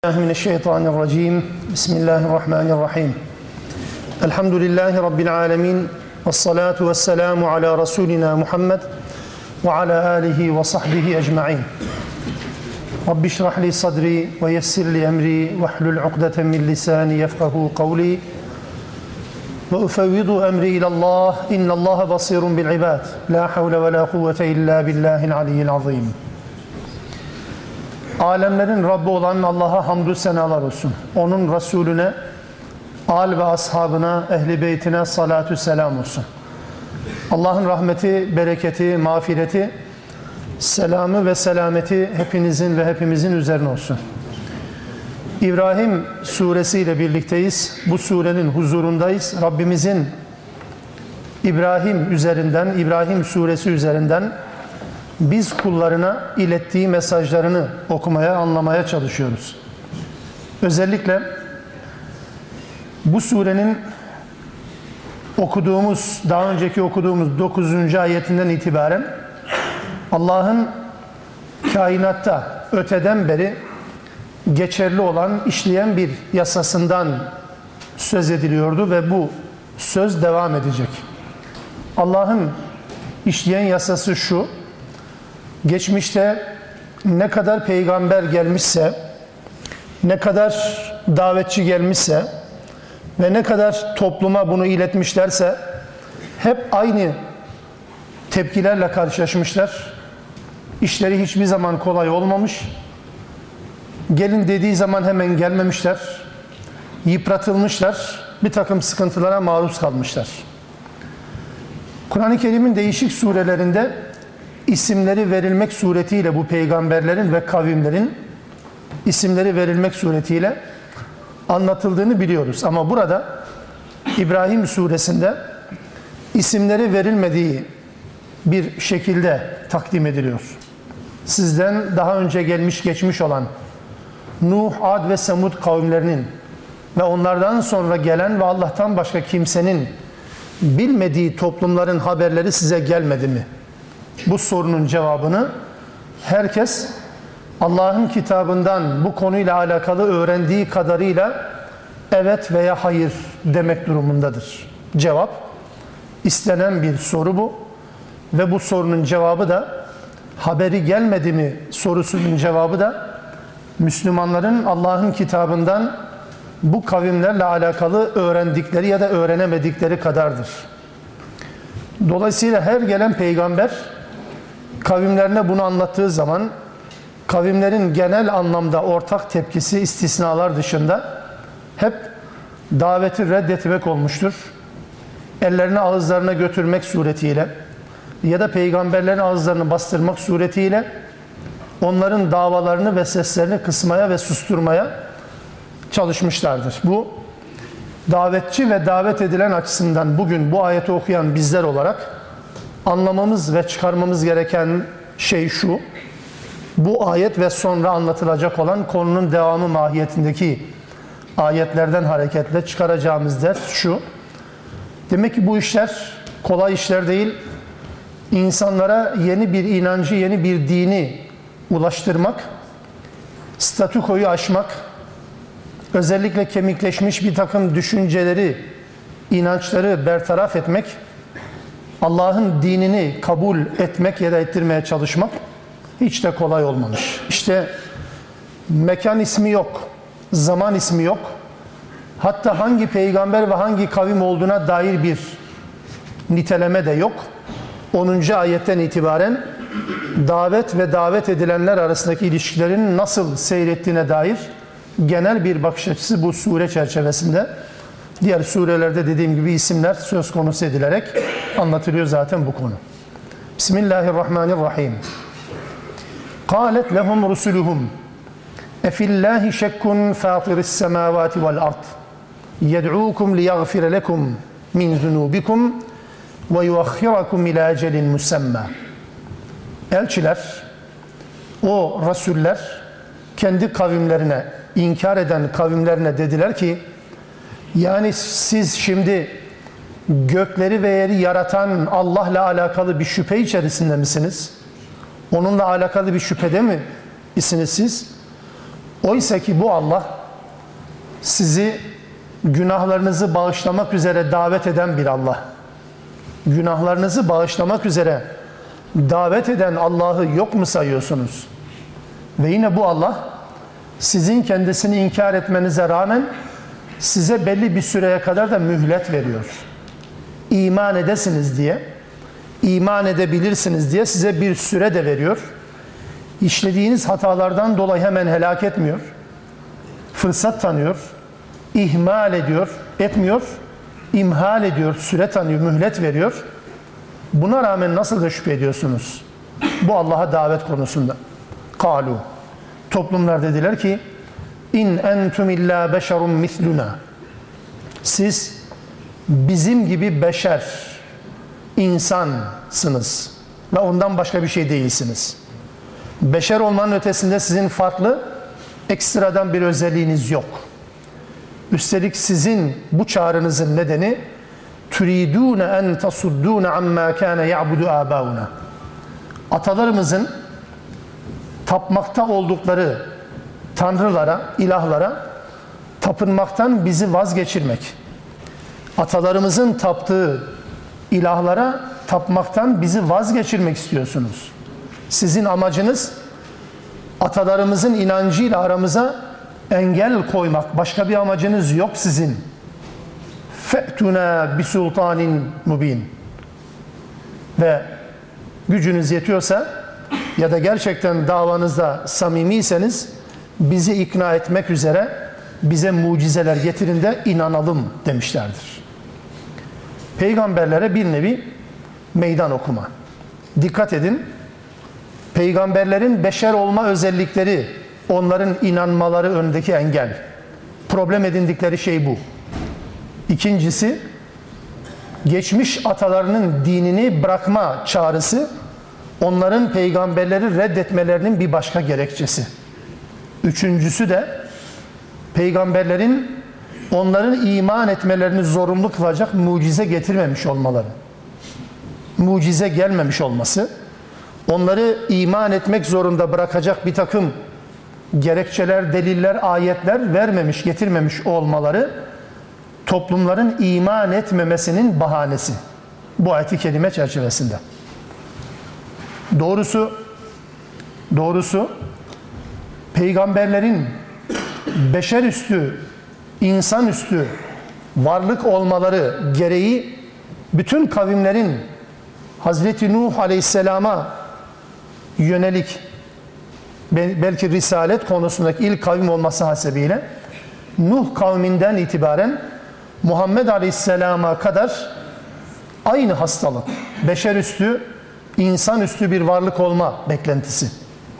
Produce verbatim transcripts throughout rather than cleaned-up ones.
Mineşşeytanirracim. Bismillahirrahmanirrahim. Elhamdülillahi Rabbil alemin. Vessalatu vesselamu ala Resulina Muhammed ve ala alihi ve sahbihi ecma'in. Rabbi şrah li sadri ve yessir li emri ve hlul ukdeten min lisani yefkahu kavli ve ufevvidu emri ilallah. İnnallâhe basirun bil ibad. La havle ve la kuvvete illa billahil aliyyil azim. Alemlerin Rabbi olan Allah'a hamdü senalar olsun. Onun Resulüne, âl ve ashabına, ehli beytine salatü selam olsun. Allah'ın rahmeti, bereketi, mağfireti, selamı ve selameti hepinizin ve hepimizin üzerine olsun. İbrahim suresiyle birlikteyiz. Bu surenin huzurundayız. Rabbimizin İbrahim üzerinden, İbrahim suresi üzerinden biz kullarına ilettiği mesajlarını okumaya, anlamaya çalışıyoruz. Özellikle bu surenin okuduğumuz, daha önceki okuduğumuz dokuzuncu ayetinden itibaren Allah'ın kainatta öteden beri geçerli olan, işleyen bir yasasından söz ediliyordu ve bu söz devam edecek. Allah'ın işleyen yasası şu: geçmişte ne kadar peygamber gelmişse, ne kadar davetçi gelmişse ve ne kadar topluma bunu iletmişlerse hep aynı tepkilerle karşılaşmışlar. İşleri hiçbir zaman kolay olmamış. Gelin dediği zaman hemen gelmemişler. Yıpratılmışlar. Bir takım sıkıntılara maruz kalmışlar. Kur'an-ı Kerim'in değişik surelerinde isimleri verilmek suretiyle bu peygamberlerin ve kavimlerin isimleri verilmek suretiyle anlatıldığını biliyoruz. Ama burada İbrahim suresinde isimleri verilmediği bir şekilde takdim ediliyor. Sizden daha önce gelmiş geçmiş olan Nuh, Ad ve Semud kavimlerinin ve onlardan sonra gelen ve Allah'tan başka kimsenin bilmediği toplumların haberleri size gelmedi mi? Bu sorunun cevabını herkes Allah'ın kitabından bu konuyla alakalı öğrendiği kadarıyla evet veya hayır demek durumundadır. Cevap, istenen bir soru bu ve bu sorunun cevabı da haberi gelmedi mi sorusunun cevabı da Müslümanların Allah'ın kitabından bu kavimlerle alakalı öğrendikleri ya da öğrenemedikleri kadardır. Dolayısıyla her gelen peygamber kavimlerine bunu anlattığı zaman kavimlerin genel anlamda ortak tepkisi istisnalar dışında hep daveti reddetmek olmuştur. Ellerini ağızlarına götürmek suretiyle ya da peygamberlerin ağızlarını bastırmak suretiyle onların davalarını ve seslerini kısmaya ve susturmaya çalışmışlardır. Bu davetçi ve davet edilen açısından bugün bu ayeti okuyan bizler olarak anlamamız ve çıkarmamız gereken şey şu: bu ayet ve sonra anlatılacak olan konunun devamı mahiyetindeki ayetlerden hareketle çıkaracağımız ders şu: demek ki bu işler kolay işler değil. İnsanlara yeni bir inancı, yeni bir dini ulaştırmak, statükoyu aşmak, özellikle kemikleşmiş bir takım düşünceleri, inançları bertaraf etmek, Allah'ın dinini kabul etmek ya da ettirmeye çalışmak hiç de kolay olmamış. İşte mekan ismi yok, zaman ismi yok. Hatta hangi peygamber ve hangi kavim olduğuna dair bir niteleme de yok. onuncu ayetten itibaren davet ve davet edilenler arasındaki ilişkilerin nasıl seyrettiğine dair genel bir bakış açısı bu sure çerçevesinde, diğer surelerde dediğim gibi isimler söz konusu edilerek anlatılıyor zaten bu konu. Bismillahirrahmanirrahim. Kâlet lehum rusuluhum efillâhi şekkun fâtiris semâvâti vel ard yed'ûkum liyaghfire lekum min zunûbikum ve yuakhirakum ilâ ecelin musemmâ. Elçiler, o rasuller kendi kavimlerine, inkar eden kavimlerine dediler ki, yani siz şimdi gökleri ve yeri yaratan Allah'la alakalı bir şüphe içerisinde misiniz? Onunla alakalı bir şüphede mi misiniz siz? Oysa ki bu Allah sizi günahlarınızı bağışlamak üzere davet eden bir Allah. Günahlarınızı bağışlamak üzere davet eden Allah'ı yok mu sayıyorsunuz? Ve yine bu Allah sizin kendisini inkar etmenize rağmen size belli bir süreye kadar da mühlet veriyor. İman edesiniz diye, iman edebilirsiniz diye size bir süre de veriyor. İşlediğiniz hatalardan dolayı hemen helak etmiyor. Fırsat tanıyor, ihmal ediyor, etmiyor, imhal ediyor, süre tanıyor, mühlet veriyor. Buna rağmen nasıl da şüphe ediyorsunuz bu Allah'a davet konusunda? Kalu, toplumlar dediler ki in entum illa beşerun misluna, siz bizim gibi beşer, insansınız ve ondan başka bir şey değilsiniz. Beşer olmanın ötesinde sizin farklı, ekstradan bir özelliğiniz yok. Üstelik sizin bu çağrınızın nedeni turidune en tasuddune amma kana ya'budu abauna. Atalarımızın tapmakta oldukları tanrılara, ilahlara tapınmaktan bizi vazgeçirmek. Atalarımızın taptığı ilahlara tapmaktan bizi vazgeçirmek istiyorsunuz. Sizin amacınız atalarımızın inancıyla aramıza engel koymak. Başka bir amacınız yok sizin. Fe'tuna bisultanin mubin. Ve gücünüz yetiyorsa ya da gerçekten davanızda samimiyseniz bizi ikna etmek üzere bize mucizeler getirin de inanalım demişlerdir. Peygamberlere bir nevi meydan okuma. Dikkat edin. Peygamberlerin beşer olma özellikleri onların inanmaları önündeki engel. Problem edindikleri şey bu. İkincisi, geçmiş atalarının dinini bırakma çağrısı onların peygamberleri reddetmelerinin bir başka gerekçesi. Üçüncüsü de peygamberlerin onların iman etmelerini zorunlu kılacak mucize getirmemiş olmaları. Mucize gelmemiş olması, onları iman etmek zorunda bırakacak bir takım gerekçeler, deliller, ayetler vermemiş, getirmemiş olmaları toplumların iman etmemesinin bahanesi. Bu ayet-i kerime çerçevesinde. Doğrusu, doğrusu peygamberlerin beşerüstü, insanüstü varlık olmaları gereği bütün kavimlerin Hazreti Nuh Aleyhisselam'a yönelik belki risalet konusundaki ilk kavim olması hasebiyle Nuh kavminden itibaren Muhammed Aleyhisselam'a kadar aynı hastalık, beşerüstü, insanüstü bir varlık olma beklentisi.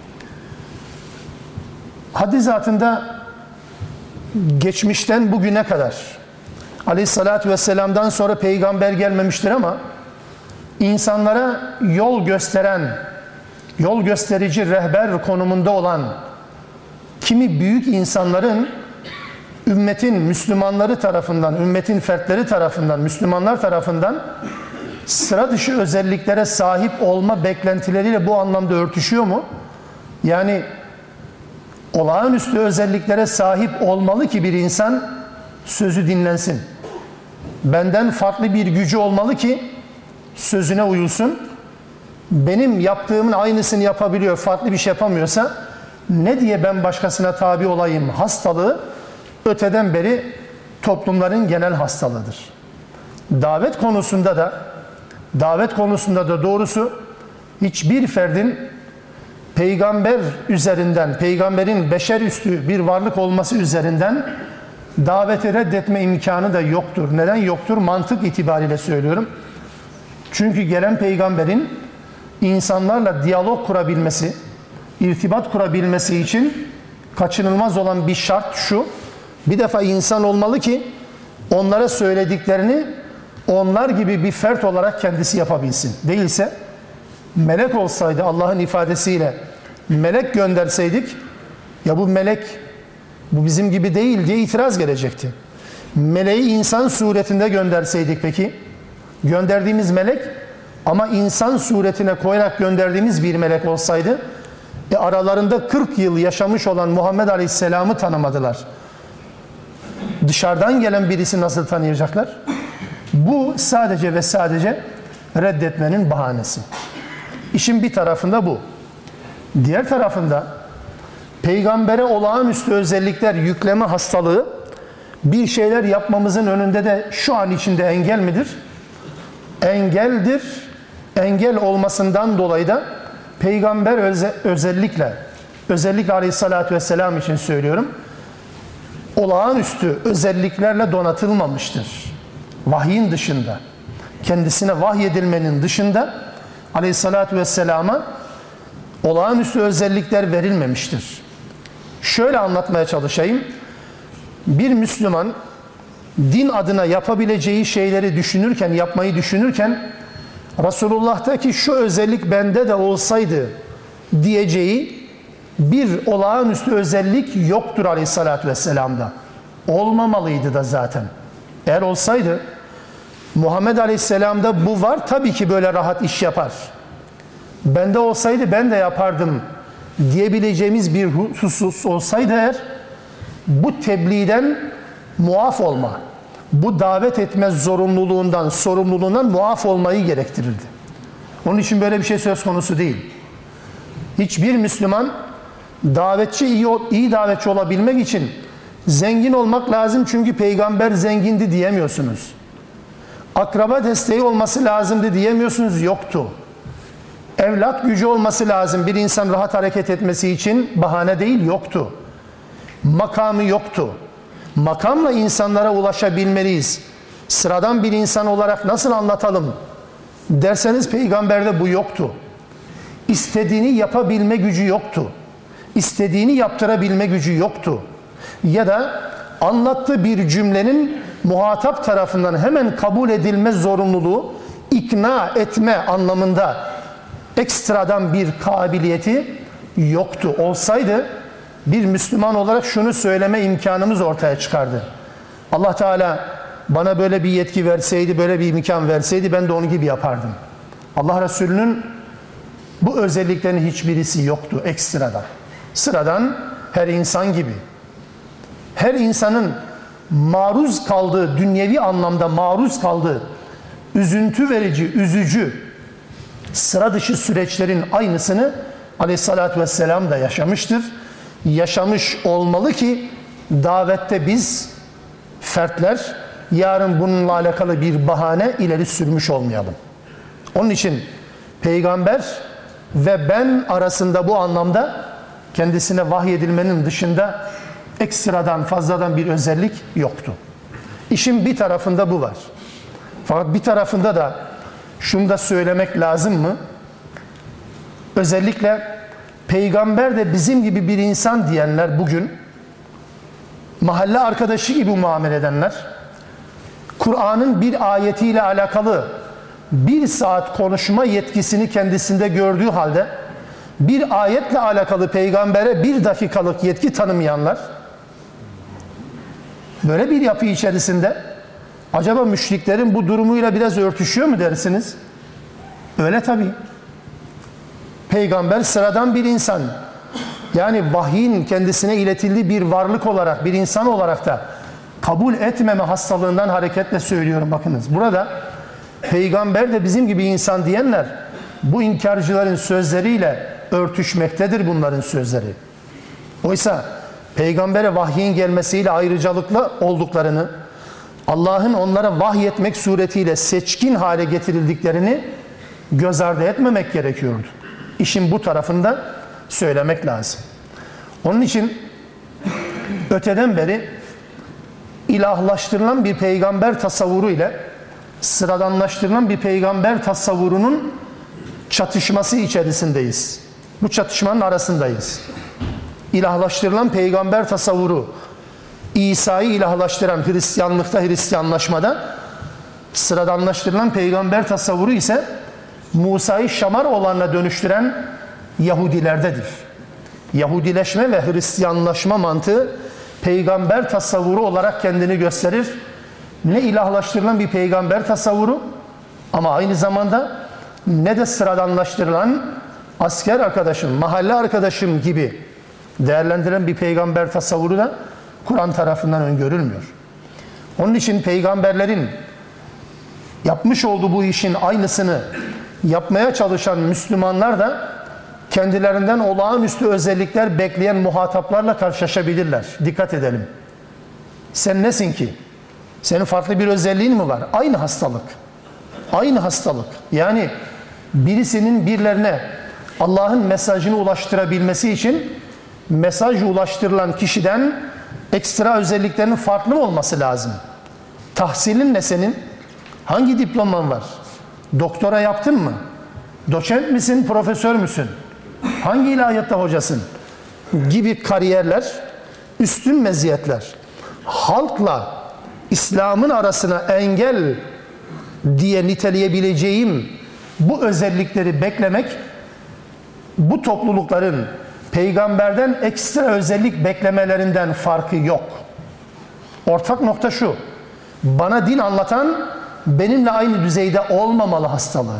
Haddi zatında geçmişten bugüne kadar Aleyhisselatü Vesselam'dan sonra peygamber gelmemiştir ama insanlara yol gösteren, yol gösterici rehber konumunda olan kimi büyük insanların ümmetin Müslümanları tarafından, ümmetin fertleri tarafından, Müslümanlar tarafından sıra dışı özelliklere sahip olma beklentileriyle bu anlamda örtüşüyor mu? Yani olağanüstü özelliklere sahip olmalı ki bir insan sözü dinlensin. Benden farklı bir gücü olmalı ki sözüne uyulsun. Benim yaptığımın aynısını yapabiliyor, farklı bir şey yapamıyorsa ne diye ben başkasına tabi olayım hastalığı öteden beri toplumların genel hastalığıdır. Davet konusunda da davet konusunda da doğrusu hiçbir ferdin peygamber üzerinden, peygamberin beşerüstü bir varlık olması üzerinden daveti reddetme imkanı da yoktur. Neden yoktur? Mantık itibariyle söylüyorum. Çünkü gelen peygamberin insanlarla diyalog kurabilmesi, irtibat kurabilmesi için kaçınılmaz olan bir şart şu: bir defa insan olmalı ki onlara söylediklerini onlar gibi bir fert olarak kendisi yapabilsin. Değilse melek olsaydı, Allah'ın ifadesiyle melek gönderseydik, ya bu melek bu bizim gibi değil diye itiraz gelecekti. Meleği insan suretinde gönderseydik peki, gönderdiğimiz melek ama insan suretine koyarak gönderdiğimiz bir melek olsaydı E aralarında kırk yıl yaşamış olan Muhammed Aleyhisselam'ı tanımadılar. Dışarıdan gelen birisi nasıl tanıyacaklar? Bu sadece ve sadece reddetmenin bahanesi. İşin bir tarafında bu. Diğer tarafında peygambere olağanüstü özellikler yükleme hastalığı bir şeyler yapmamızın önünde de şu an içinde engel midir? Engeldir. Engel olmasından dolayı da peygamber öze, özellikle özellikle Aleyhisselatü Vesselam için söylüyorum, olağanüstü özelliklerle donatılmamıştır. Vahyin dışında, kendisine vahyedilmenin dışında Aleyhisselatü Vesselam'a olağanüstü özellikler verilmemiştir. Şöyle anlatmaya çalışayım. Bir Müslüman din adına yapabileceği şeyleri düşünürken, yapmayı düşünürken Resulullah'taki şu özellik bende de olsaydı diyeceği bir olağanüstü özellik yoktur Aleyhisselatü Vesselam'da. Olmamalıydı da zaten. Eğer olsaydı Muhammed Aleyhisselam'da bu var, tabii ki böyle rahat iş yapar. Bende olsaydı ben de yapardım diyebileceğimiz bir husus olsaydı eğer, bu tebliğden muaf olma, bu davet etme zorunluluğundan, sorumluluğundan muaf olmayı gerektirirdi. Onun için böyle bir şey söz konusu değil. Hiçbir Müslüman davetçi, iyi, iyi davetçi olabilmek için zengin olmak lazım çünkü peygamber zengindi diyemiyorsunuz. Akraba desteği olması lazımdı diyemiyorsunuz, yoktu. Evlat gücü olması lazım bir insan rahat hareket etmesi için, bahane değil, yoktu. Makamı yoktu. Makamla insanlara ulaşabilmeliyiz. Sıradan bir insan olarak nasıl anlatalım derseniz peygamberde bu yoktu. İstediğini yapabilme gücü yoktu. İstediğini yaptırabilme gücü yoktu. Ya da anlattığı bir cümlenin muhatap tarafından hemen kabul edilme zorunluluğu, ikna etme anlamında ekstradan bir kabiliyeti yoktu. Olsaydı bir Müslüman olarak şunu söyleme imkanımız ortaya çıkardı. Allah Teala bana böyle bir yetki verseydi, böyle bir imkan verseydi ben de onun gibi yapardım. Allah Resulü'nün bu özelliklerin hiçbirisi yoktu ekstradan. Sıradan her insan gibi. Her insanın maruz kaldığı, dünyevi anlamda maruz kaldığı üzüntü verici, üzücü, sıra dışı süreçlerin aynısını Aleyhisselatü Vesselam da yaşamıştır. Yaşamış olmalı ki davette biz fertler yarın bununla alakalı bir bahane ileri sürmüş olmayalım. Onun için peygamber ve ben arasında bu anlamda kendisine vahyedilmenin dışında ekstradan, fazladan bir özellik yoktu. İşin bir tarafında bu var. Fakat bir tarafında da şunu da söylemek lazım mı? Özellikle peygamber de bizim gibi bir insan diyenler bugün, mahalle arkadaşı gibi muamele edenler, Kur'an'ın bir ayetiyle alakalı bir saat konuşma yetkisini kendisinde gördüğü halde, bir ayetle alakalı peygambere bir dakikalık yetki tanımayanlar, böyle bir yapı içerisinde acaba müşriklerin bu durumuyla biraz örtüşüyor mu dersiniz? Öyle tabii. Peygamber sıradan bir insan. Yani vahyin kendisine iletildiği bir varlık olarak, bir insan olarak da kabul etmeme hastalığından hareketle söylüyorum bakınız. Burada peygamber de bizim gibi insan diyenler bu inkarcıların sözleriyle örtüşmektedir bunların sözleri. Oysa peygambere vahyin gelmesiyle ayrıcalıklı olduklarını, Allah'ın onlara vahyetmek suretiyle seçkin hale getirildiklerini göz ardı etmemek gerekiyordu. İşin bu tarafında söylemek lazım. Onun için öteden beri ilahlaştırılan bir peygamber tasavvuru ile sıradanlaştırılan bir peygamber tasavvurunun çatışması içerisindeyiz. Bu çatışmanın arasındayız. İlahlaştırılan peygamber tasavvuru, İsa'yı ilahlaştıran Hristiyanlıkta, Hristiyanlaşmada, sıradanlaştırılan peygamber tasavvuru ise Musa'yı şamar olanla dönüştüren Yahudilerdedir. Yahudileşme ve Hristiyanlaşma mantığı peygamber tasavvuru olarak kendini gösterir. Ne ilahlaştırılan bir peygamber tasavvuru ama aynı zamanda ne de sıradanlaştırılan, asker arkadaşım, mahalle arkadaşım gibi değerlendiren bir peygamber tasavvuru da Kur'an tarafından öngörülmüyor. Onun için peygamberlerin yapmış olduğu bu işin aynısını yapmaya çalışan Müslümanlar da kendilerinden olağanüstü özellikler bekleyen muhataplarla karşılaşabilirler. Dikkat edelim. Sen nesin ki? Senin farklı bir özelliğin mi var? Aynı hastalık. Aynı hastalık. Yani birisinin birilerine Allah'ın mesajını ulaştırabilmesi için mesaj ulaştırılan kişiden ekstra özelliklerinin farklı mı olması lazım? Tahsilin ne senin? Hangi diploman var? Doktora yaptın mı? Doçent misin, profesör müsün? Hangi ilahiyatta hocasın? Gibi kariyerler, üstün meziyetler. Halkla İslam'ın arasına engel diye niteleyebileceğim bu özellikleri beklemek, bu toplulukların peygamberden ekstra özellik beklemelerinden farkı yok. Ortak nokta şu: bana din anlatan benimle aynı düzeyde olmamalı hastalığı.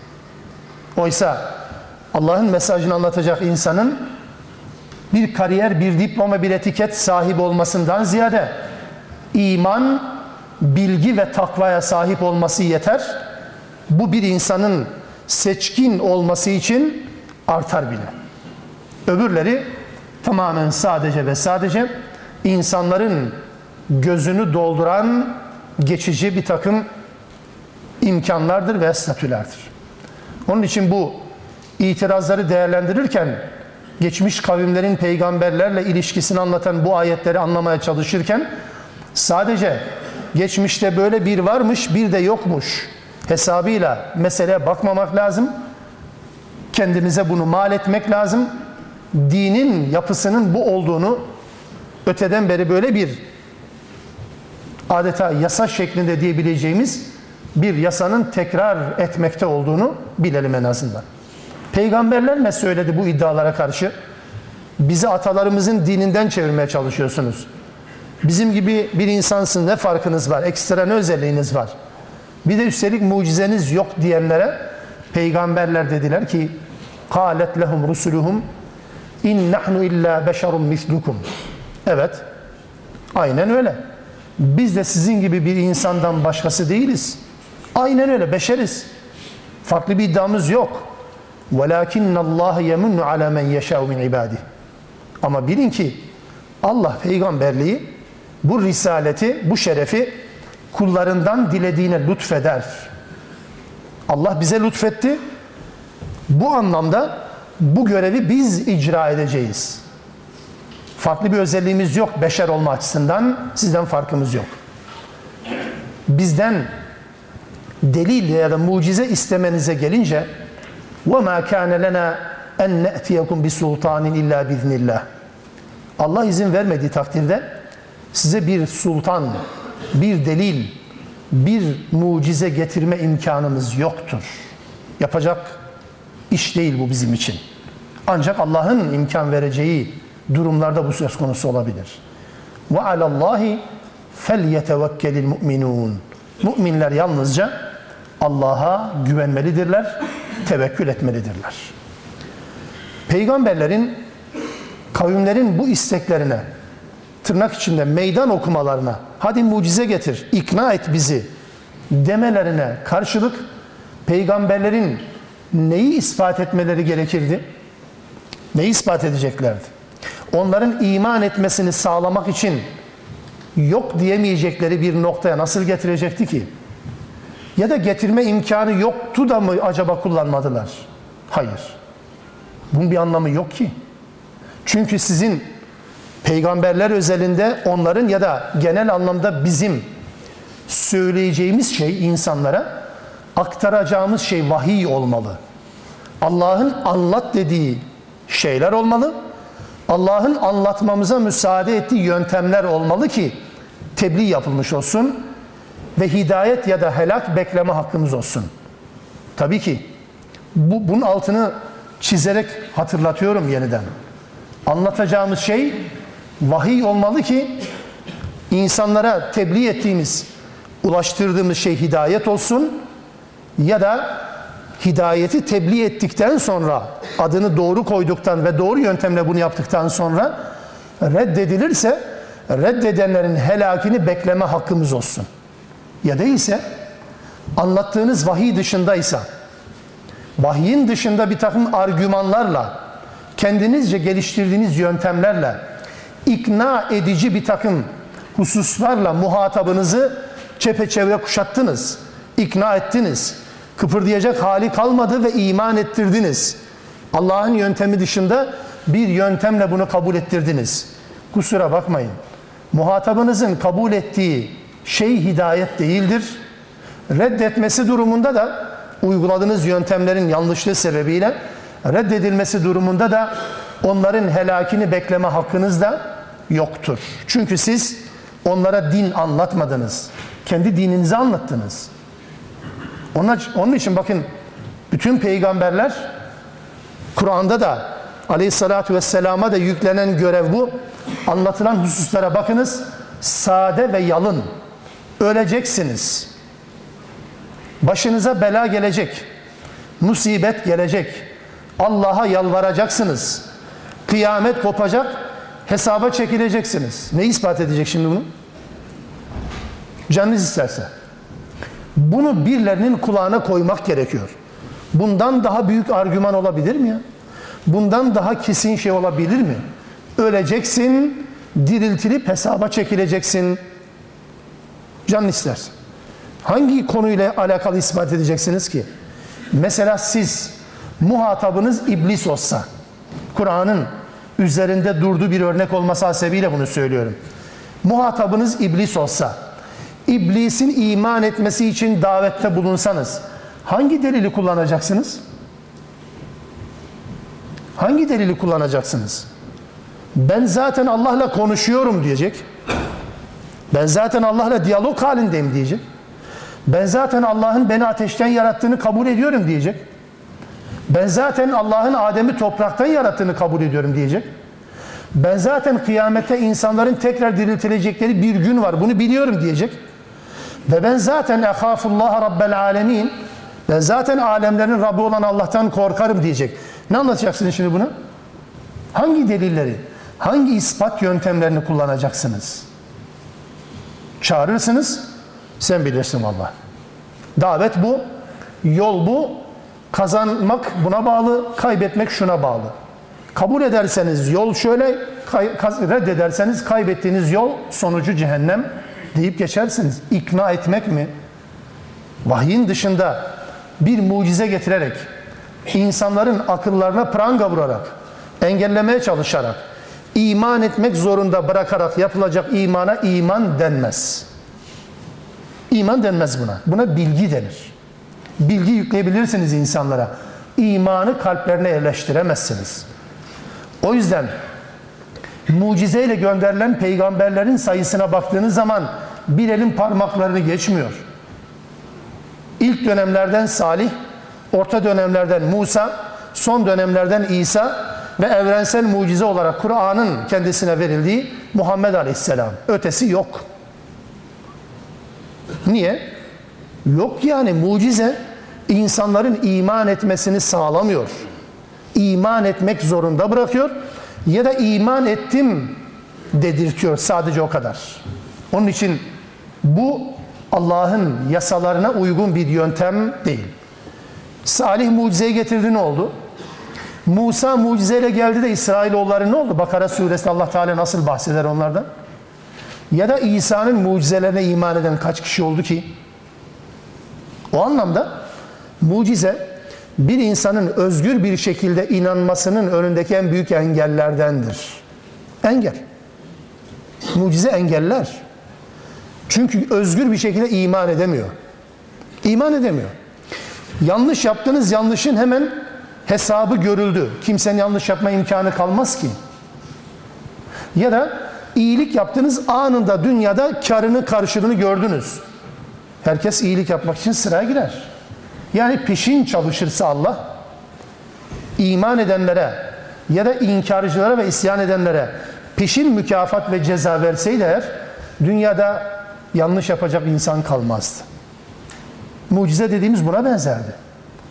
Oysa Allah'ın mesajını anlatacak insanın bir kariyer, bir diploma, bir etiket sahibi olmasından ziyade iman, bilgi ve takvaya sahip olması yeter. Bu bir insanın seçkin olması için artar bile. Öbürleri tamamen sadece ve sadece insanların gözünü dolduran geçici bir takım imkanlardır ve statülerdir. Onun için bu itirazları değerlendirirken geçmiş kavimlerin peygamberlerle ilişkisini anlatan bu ayetleri anlamaya çalışırken sadece geçmişte böyle bir varmış bir de yokmuş hesabıyla meseleye bakmamak lazım. Kendimize bunu mal etmek lazım. Dinin yapısının bu olduğunu, öteden beri böyle bir adeta yasa şeklinde diyebileceğimiz bir yasanın tekrar etmekte olduğunu bilelim en azından. Peygamberler ne söyledi bu iddialara karşı? Bizi atalarımızın dininden çevirmeye çalışıyorsunuz. Bizim gibi bir insansın, ne farkınız var, ekstra ne özelliğiniz var? Bir de üstelik mucizeniz yok diyenlere peygamberler dediler ki قَالَتْ لَهُمْ رُسُلُهُمْ اِنْ نَحْنُ اِلَّا بَشَرٌ مِثْلُكُمْ. Evet, aynen öyle. Biz de sizin gibi bir insandan başkası değiliz. Aynen öyle, beşeriz. Farklı bir iddiamız yok. وَلَاكِنَّ اللّٰهَ يَمُنُّ عَلَى مَنْ يَشَاءُ مِنْ عِبَادِهِ. Ama bilin ki Allah peygamberliği, bu risaleti, bu şerefi kullarından dilediğine lütfeder. Allah bize lütfetti. Bu anlamda bu görevi biz icra edeceğiz. Farklı bir özelliğimiz yok beşer olma açısından, sizden farkımız yok. Bizden delil ya da mucize istemenize gelince وَمَا كَانَ لَنَا اَنْ نَأْتِيَكُمْ بِسُلْطَانٍ اِلَّا بِذْنِ اللّٰهِ. Allah izin vermediği takdirde size bir sultan, bir delil, bir mucize getirme imkanımız yoktur. Yapacak iş değil bu bizim için. Ancak Allah'ın imkan vereceği durumlarda bu söz konusu olabilir. وَعَلَى اللّٰهِ فَلْيَتَوَكَّلِ الْمُؤْمِنُونَ. Müminler yalnızca Allah'a güvenmelidirler, tevekkül etmelidirler. Peygamberlerin kavimlerin bu isteklerine, tırnak içinde meydan okumalarına, hadi mucize getir, ikna et bizi demelerine karşılık peygamberlerin neyi ispat etmeleri gerekirdi? Neyi ispat edeceklerdi? Onların iman etmesini sağlamak için yok diyemeyecekleri bir noktaya nasıl getirecekti ki? Ya da getirme imkanı yoktu da mı acaba kullanmadılar? Hayır. Bunun bir anlamı yok ki. Çünkü sizin peygamberler özelinde onların ya da genel anlamda bizim söyleyeceğimiz şey insanlara, aktaracağımız şey vahiy olmalı. Allah'ın anlat dediği şeyler olmalı. Allah'ın anlatmamıza müsaade ettiği yöntemler olmalı ki tebliğ yapılmış olsun ve hidayet ya da helak bekleme hakkımız olsun. Tabii ki bu, bunun altını çizerek hatırlatıyorum yeniden. Anlatacağımız şey vahiy olmalı ki insanlara tebliğ ettiğimiz, ulaştırdığımız şey hidayet olsun ya da hidayeti tebliğ ettikten sonra, adını doğru koyduktan ve doğru yöntemle bunu yaptıktan sonra reddedilirse, reddedenlerin helakini bekleme hakkımız olsun. Ya değilse, anlattığınız vahiy dışındaysa, vahyin dışında bir takım argümanlarla, kendinizce geliştirdiğiniz yöntemlerle, ikna edici bir takım hususlarla muhatabınızı çepeçevre kuşattınız, ikna ettiniz, kıpırdayacak hali kalmadı ve iman ettirdiniz. Allah'ın yöntemi dışında bir yöntemle bunu kabul ettirdiniz. Kusura bakmayın, muhatabınızın kabul ettiği şey hidayet değildir. Reddetmesi durumunda da uyguladığınız yöntemlerin yanlışlığı sebebiyle reddedilmesi durumunda da onların helakini bekleme hakkınız da yoktur. Çünkü siz onlara din anlatmadınız. Kendi dininizi anlattınız. Onun için bakın, bütün peygamberler, Kur'an'da da Aleyhisselatü Vesselam'a da yüklenen görev bu. Anlatılan hususlara bakınız. Sade ve yalın. Öleceksiniz. Başınıza bela gelecek. Musibet gelecek. Allah'a yalvaracaksınız. Kıyamet kopacak. Hesaba çekileceksiniz. Ne ispat edecek şimdi bunu? Canınız isterse. Bunu birilerinin kulağına koymak gerekiyor. Bundan daha büyük argüman olabilir mi ya? Bundan daha kesin şey olabilir mi? Öleceksin, diriltilip hesaba çekileceksin. Canın isterse. Hangi konuyla alakalı ispat edeceksiniz ki? Mesela siz, muhatabınız iblis olsa, Kur'an'ın üzerinde durduğu bir örnek olması hasebiyle bunu söylüyorum. Muhatabınız iblis olsa, İblisin iman etmesi için davette bulunsanız, hangi delili kullanacaksınız? Hangi delili kullanacaksınız? Ben zaten Allah'la konuşuyorum diyecek. Ben zaten Allah'la diyalog halindeyim diyecek. Ben zaten Allah'ın beni ateşten yarattığını kabul ediyorum diyecek. Ben zaten Allah'ın Adem'i topraktan yarattığını kabul ediyorum diyecek. Ben zaten kıyamette insanların tekrar diriltilecekleri bir gün var, bunu biliyorum diyecek. Ve ben zaten ehâfullâhe rabbel âlemîn, ben zaten alemlerin Rabbi olan Allah'tan korkarım diyecek. Ne anlatacaksınız şimdi bunu? Hangi delilleri, hangi ispat yöntemlerini kullanacaksınız? Çağırırsınız, sen bilirsin vallahi. Davet bu, yol bu, kazanmak buna bağlı, kaybetmek şuna bağlı. Kabul ederseniz yol şöyle, reddederseniz kaybettiğiniz yol sonucu cehennem deyip geçersiniz. İkna etmek mi? Vahyin dışında bir mucize getirerek, insanların akıllarına pranga vurarak, engellemeye çalışarak, iman etmek zorunda bırakarak yapılacak imana iman denmez. İman denmez buna. Buna bilgi denir. Bilgi yükleyebilirsiniz insanlara. İmanı kalplerine yerleştiremezsiniz. O yüzden mucizeyle gönderilen peygamberlerin sayısına baktığınız zaman bir elin parmaklarını geçmiyor. İlk dönemlerden Salih, orta dönemlerden Musa, son dönemlerden İsa ve evrensel mucize olarak Kur'an'ın kendisine verildiği Muhammed Aleyhisselam. Ötesi yok. Niye? Yok yani, mucize insanların iman etmesini sağlamıyor. İman etmek zorunda bırakıyor ya da iman ettim dedirtiyor, sadece o kadar. Onun için bu Allah'ın yasalarına uygun bir yöntem değil. Salih mucizeyi getirdi, ne oldu? Musa mucizeyle geldi de İsrailoğulları ne oldu? Bakara suresinde Allah Teala nasıl bahseder onlardan? Ya da İsa'nın mucizelerine iman eden kaç kişi oldu ki? O anlamda mucize bir insanın özgür bir şekilde inanmasının önündeki en büyük engellerdendir. Engel. Mucize engeller. Çünkü özgür bir şekilde iman edemiyor. İman edemiyor. Yanlış yaptığınız yanlışın hemen hesabı görüldü. Kimsenin yanlış yapma imkanı kalmaz ki. Ya da iyilik yaptığınız anında dünyada karını, karşılığını gördünüz. Herkes iyilik yapmak için sıraya girer. Yani peşin çalışırsa Allah, iman edenlere ya da inkarcılara ve isyan edenlere peşin mükafat ve ceza verseydi eğer, dünyada yanlış yapacak insan kalmazdı. Mucize dediğimiz buna benzerdi.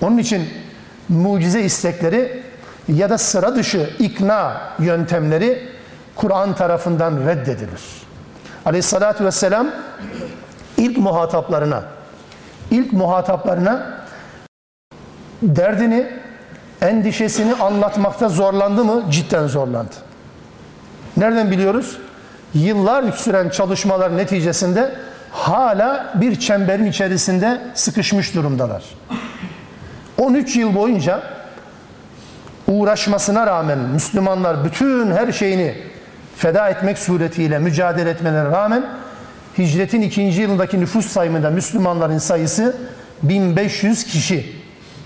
Onun için mucize istekleri ya da sıra dışı ikna yöntemleri Kur'an tarafından reddedilir. Aleyhissalatü vesselam ilk muhataplarına ilk muhataplarına derdini, endişesini anlatmakta zorlandı mı? Cidden zorlandı. Nereden biliyoruz? Yıllar süren çalışmalar neticesinde hala bir çemberin içerisinde sıkışmış durumdalar. on üç yıl boyunca uğraşmasına rağmen Müslümanlar bütün her şeyini feda etmek suretiyle mücadele etmelerine rağmen hicretin ikinci yılındaki nüfus sayımında Müslümanların sayısı bin beş yüz kişi.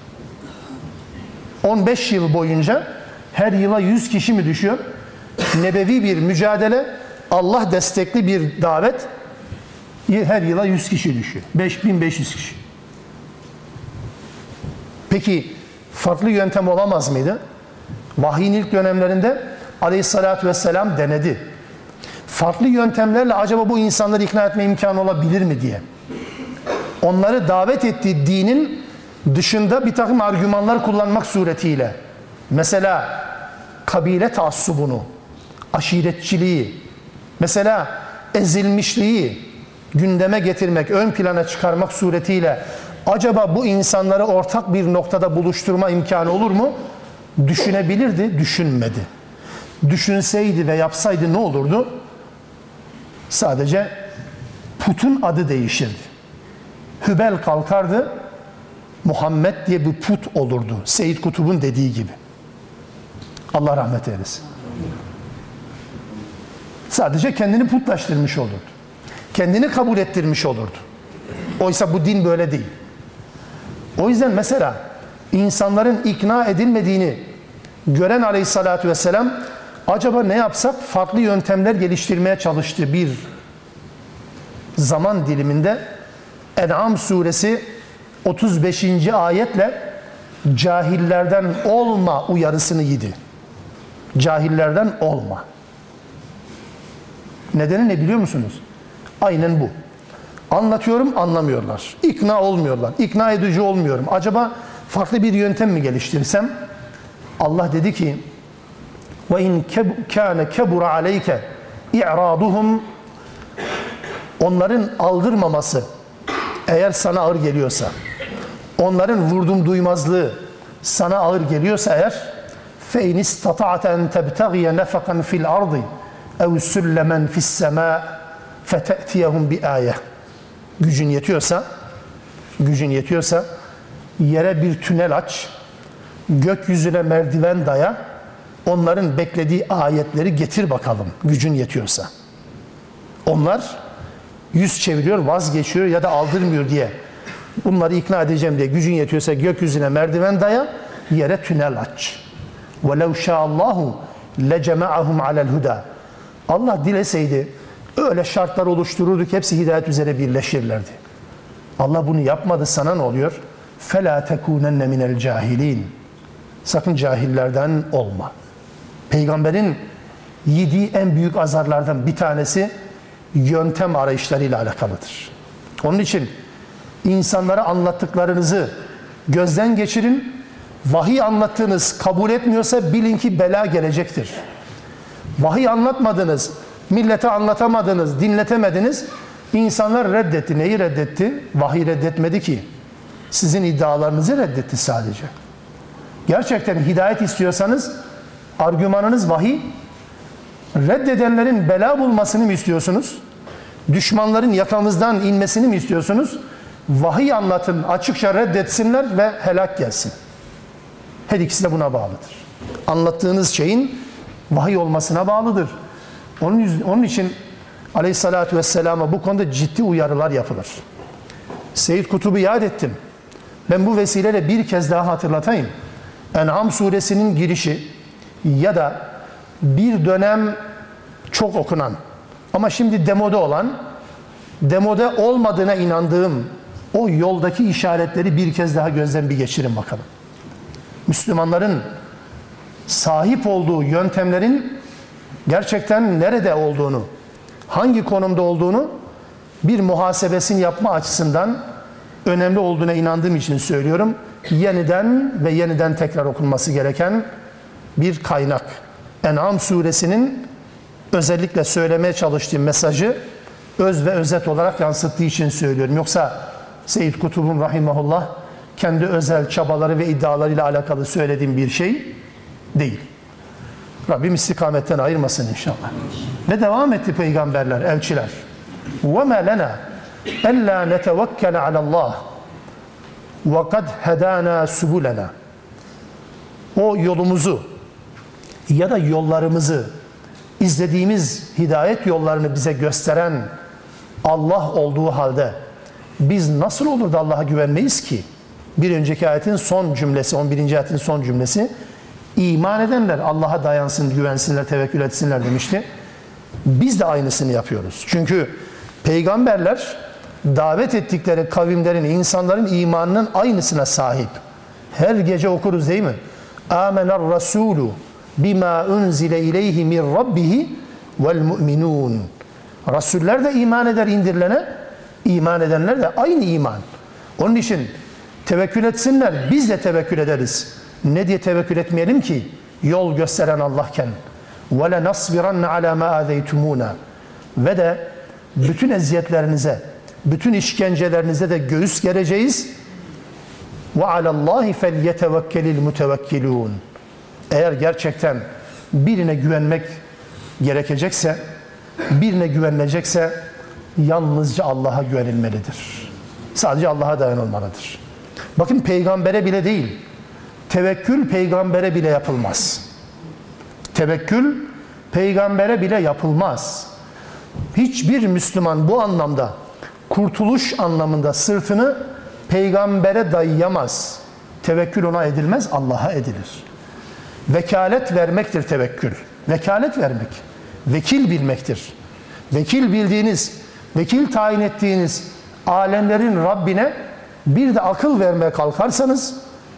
on beş yıl boyunca her yıla yüz kişi mi düşüyor? Nebevi bir mücadele, Allah destekli bir davet, her yıla yüz kişi düşüyor. bin beş yüz kişi. Peki farklı yöntem olamaz mıydı? Vahyin ilk dönemlerinde Aleyhissalatü vesselam denedi. Farklı yöntemlerle acaba bu insanları ikna etme imkanı olabilir mi diye. Onları davet ettiği dinin dışında bir takım argümanlar kullanmak suretiyle, mesela kabile taassubunu, aşiretçiliği, mesela ezilmişliği gündeme getirmek, ön plana çıkarmak suretiyle acaba bu insanları ortak bir noktada buluşturma imkanı olur mu? Düşünebilirdi, düşünmedi. Düşünseydi ve yapsaydı ne olurdu? Sadece putun adı değişirdi. Hübel kalkardı, Muhammed diye bir put olurdu. Seyyid Kutub'un dediği gibi. Allah rahmet eylesin. Sadece kendini putlaştırmış olurdu. Kendini kabul ettirmiş olurdu. Oysa bu din böyle değil. O yüzden mesela insanların ikna edilmediğini gören Aleyhissalatü vesselam acaba ne yapsak farklı yöntemler geliştirmeye çalıştığı bir zaman diliminde En'am suresi otuz beşinci ayetle cahillerden olma uyarısını yedi. Cahillerden olma. Nedeni ne biliyor musunuz? Aynen bu. Anlatıyorum, anlamıyorlar. İkna olmuyorlar. İkna edici olmuyorum. Acaba farklı bir yöntem mi geliştirsem? Allah dedi ki: "Ve in kana kebura aleyke i'raduhum." Onların aldırmaması eğer sana ağır geliyorsa, onların vurdum duymazlığı sana ağır geliyorsa eğer, fe in istata'te en tebtaghiye nefaqan fil ardı ev süllemen fis sema fete'tiyehum bi ayeh. Gücün yetiyorsa, gücün yetiyorsa yere bir tünel aç, gökyüzüne merdiven daya, onların beklediği ayetleri getir bakalım, gücün yetiyorsa. Onlar yüz çeviriyor, vazgeçiyor ya da aldırmıyor diye, bunları ikna edeceğim diye gücün yetiyorsa gökyüzüne merdiven daya, yere tünel aç. وَلَوْ شَاءَ اللّٰهُ لَجَمَعَهُمْ عَلَى الْهُدَى. Allah dileseydi öyle şartlar oluştururduk, hepsi hidayet üzere birleşirlerdi. Allah bunu yapmadı, sana ne oluyor? فَلَا تَكُونَنَّ مِنَ الْجَاهِلِينَ. Sakın cahillerden olma. Peygamberin yediği en büyük azarlardan bir tanesi yöntem arayışlarıyla alakalıdır. Onun için insanlara anlattıklarınızı gözden geçirin. Vahiy anlattığınız kabul etmiyorsa bilin ki bela gelecektir. Vahiy anlatmadınız, millete anlatamadınız, dinletemediniz. İnsanlar reddetti. Neyi reddetti? Vahiy reddetmedi ki. Sizin iddialarınızı reddetti sadece. Gerçekten hidayet istiyorsanız argümanınız vahiy. Reddedenlerin bela bulmasını mı istiyorsunuz? Düşmanların yakanızdan inmesini mi istiyorsunuz? Vahiy anlatın, açıkça reddetsinler ve helak gelsin. Her ikisi de buna bağlıdır. Anlattığınız şeyin vahiy olmasına bağlıdır. Onun, onun için Aleyhissalatü vesselama bu konuda ciddi uyarılar yapılır. Seyyid Kutub'u yad ettim. Ben bu vesileyle bir kez daha hatırlatayım. En'am suresinin girişi ya da bir dönem çok okunan ama şimdi demode olan, demode olmadığına inandığım o yoldaki işaretleri bir kez daha gözden bir geçirin bakalım. Müslümanların sahip olduğu yöntemlerin gerçekten nerede olduğunu, hangi konumda olduğunu bir muhasebesini yapma açısından önemli olduğuna inandığım için söylüyorum. Yeniden ve yeniden tekrar okunması gereken bir kaynak. En'am suresinin özellikle söylemeye çalıştığım mesajı öz ve özet olarak yansıttığı için söylüyorum. Yoksa Seyyid Kutub'un rahimahullah kendi özel çabaları ve iddialarıyla alakalı söylediğim bir şey değil. Rabbim istikametten ayırmasın inşallah. Ve devam etti peygamberler, elçiler. وَمَا لَنَا أَلَّا نَتَوَكَّلَ عَلَى اللّٰهِ وَقَدْ هَدَانَا سُبُلَنَا. O yolumuzu ya da yollarımızı, izlediğimiz hidayet yollarını bize gösteren Allah olduğu halde biz nasıl olur da Allah'a güvenmeyiz ki? Bir önceki ayetin son cümlesi, on birinci ayetin son cümlesi, iman edenler Allah'a dayansın, güvensinler, tevekkül etsinler demişti. Biz de aynısını yapıyoruz. Çünkü peygamberler davet ettikleri kavimlerin, insanların imanının aynısına sahip. Her gece okuruz değil mi? Âmener rasûlü bima unzile ileyhi min rabbihi vel mu'minun. Rasuller de iman eder indirilene, iman edenler de aynı iman. Onun için tevekkül etsinler, biz de tevekkül ederiz. Ne diye tevekkül etmeyelim ki? Yol gösteren Allah'ken. وَلَنَصْبِرَنَّ عَلَى مَا اَذَيْتُمُونَ. Ve de bütün eziyetlerinize, bütün işkencelerinize de göğüs gereceğiz. وَعَلَى اللّٰهِ فَلْيَتَوَكَّلِ الْمُتَوَكِّلُونَ. Eğer gerçekten birine güvenmek gerekecekse, birine güvenilecekse yalnızca Allah'a güvenilmelidir. Sadece Allah'a dayanılmalıdır. Bakın peygambere bile değil, tevekkül peygambere bile yapılmaz. Tevekkül peygambere bile yapılmaz. Hiçbir Müslüman bu anlamda, kurtuluş anlamında sırtını peygambere dayayamaz. Tevekkül ona edilmez, Allah'a edilir. Vekalet vermektir tevekkül. Vekalet vermek. Vekil bilmektir. Vekil bildiğiniz, vekil tayin ettiğiniz alemlerin Rabbine bir de akıl vermeye kalkarsanız,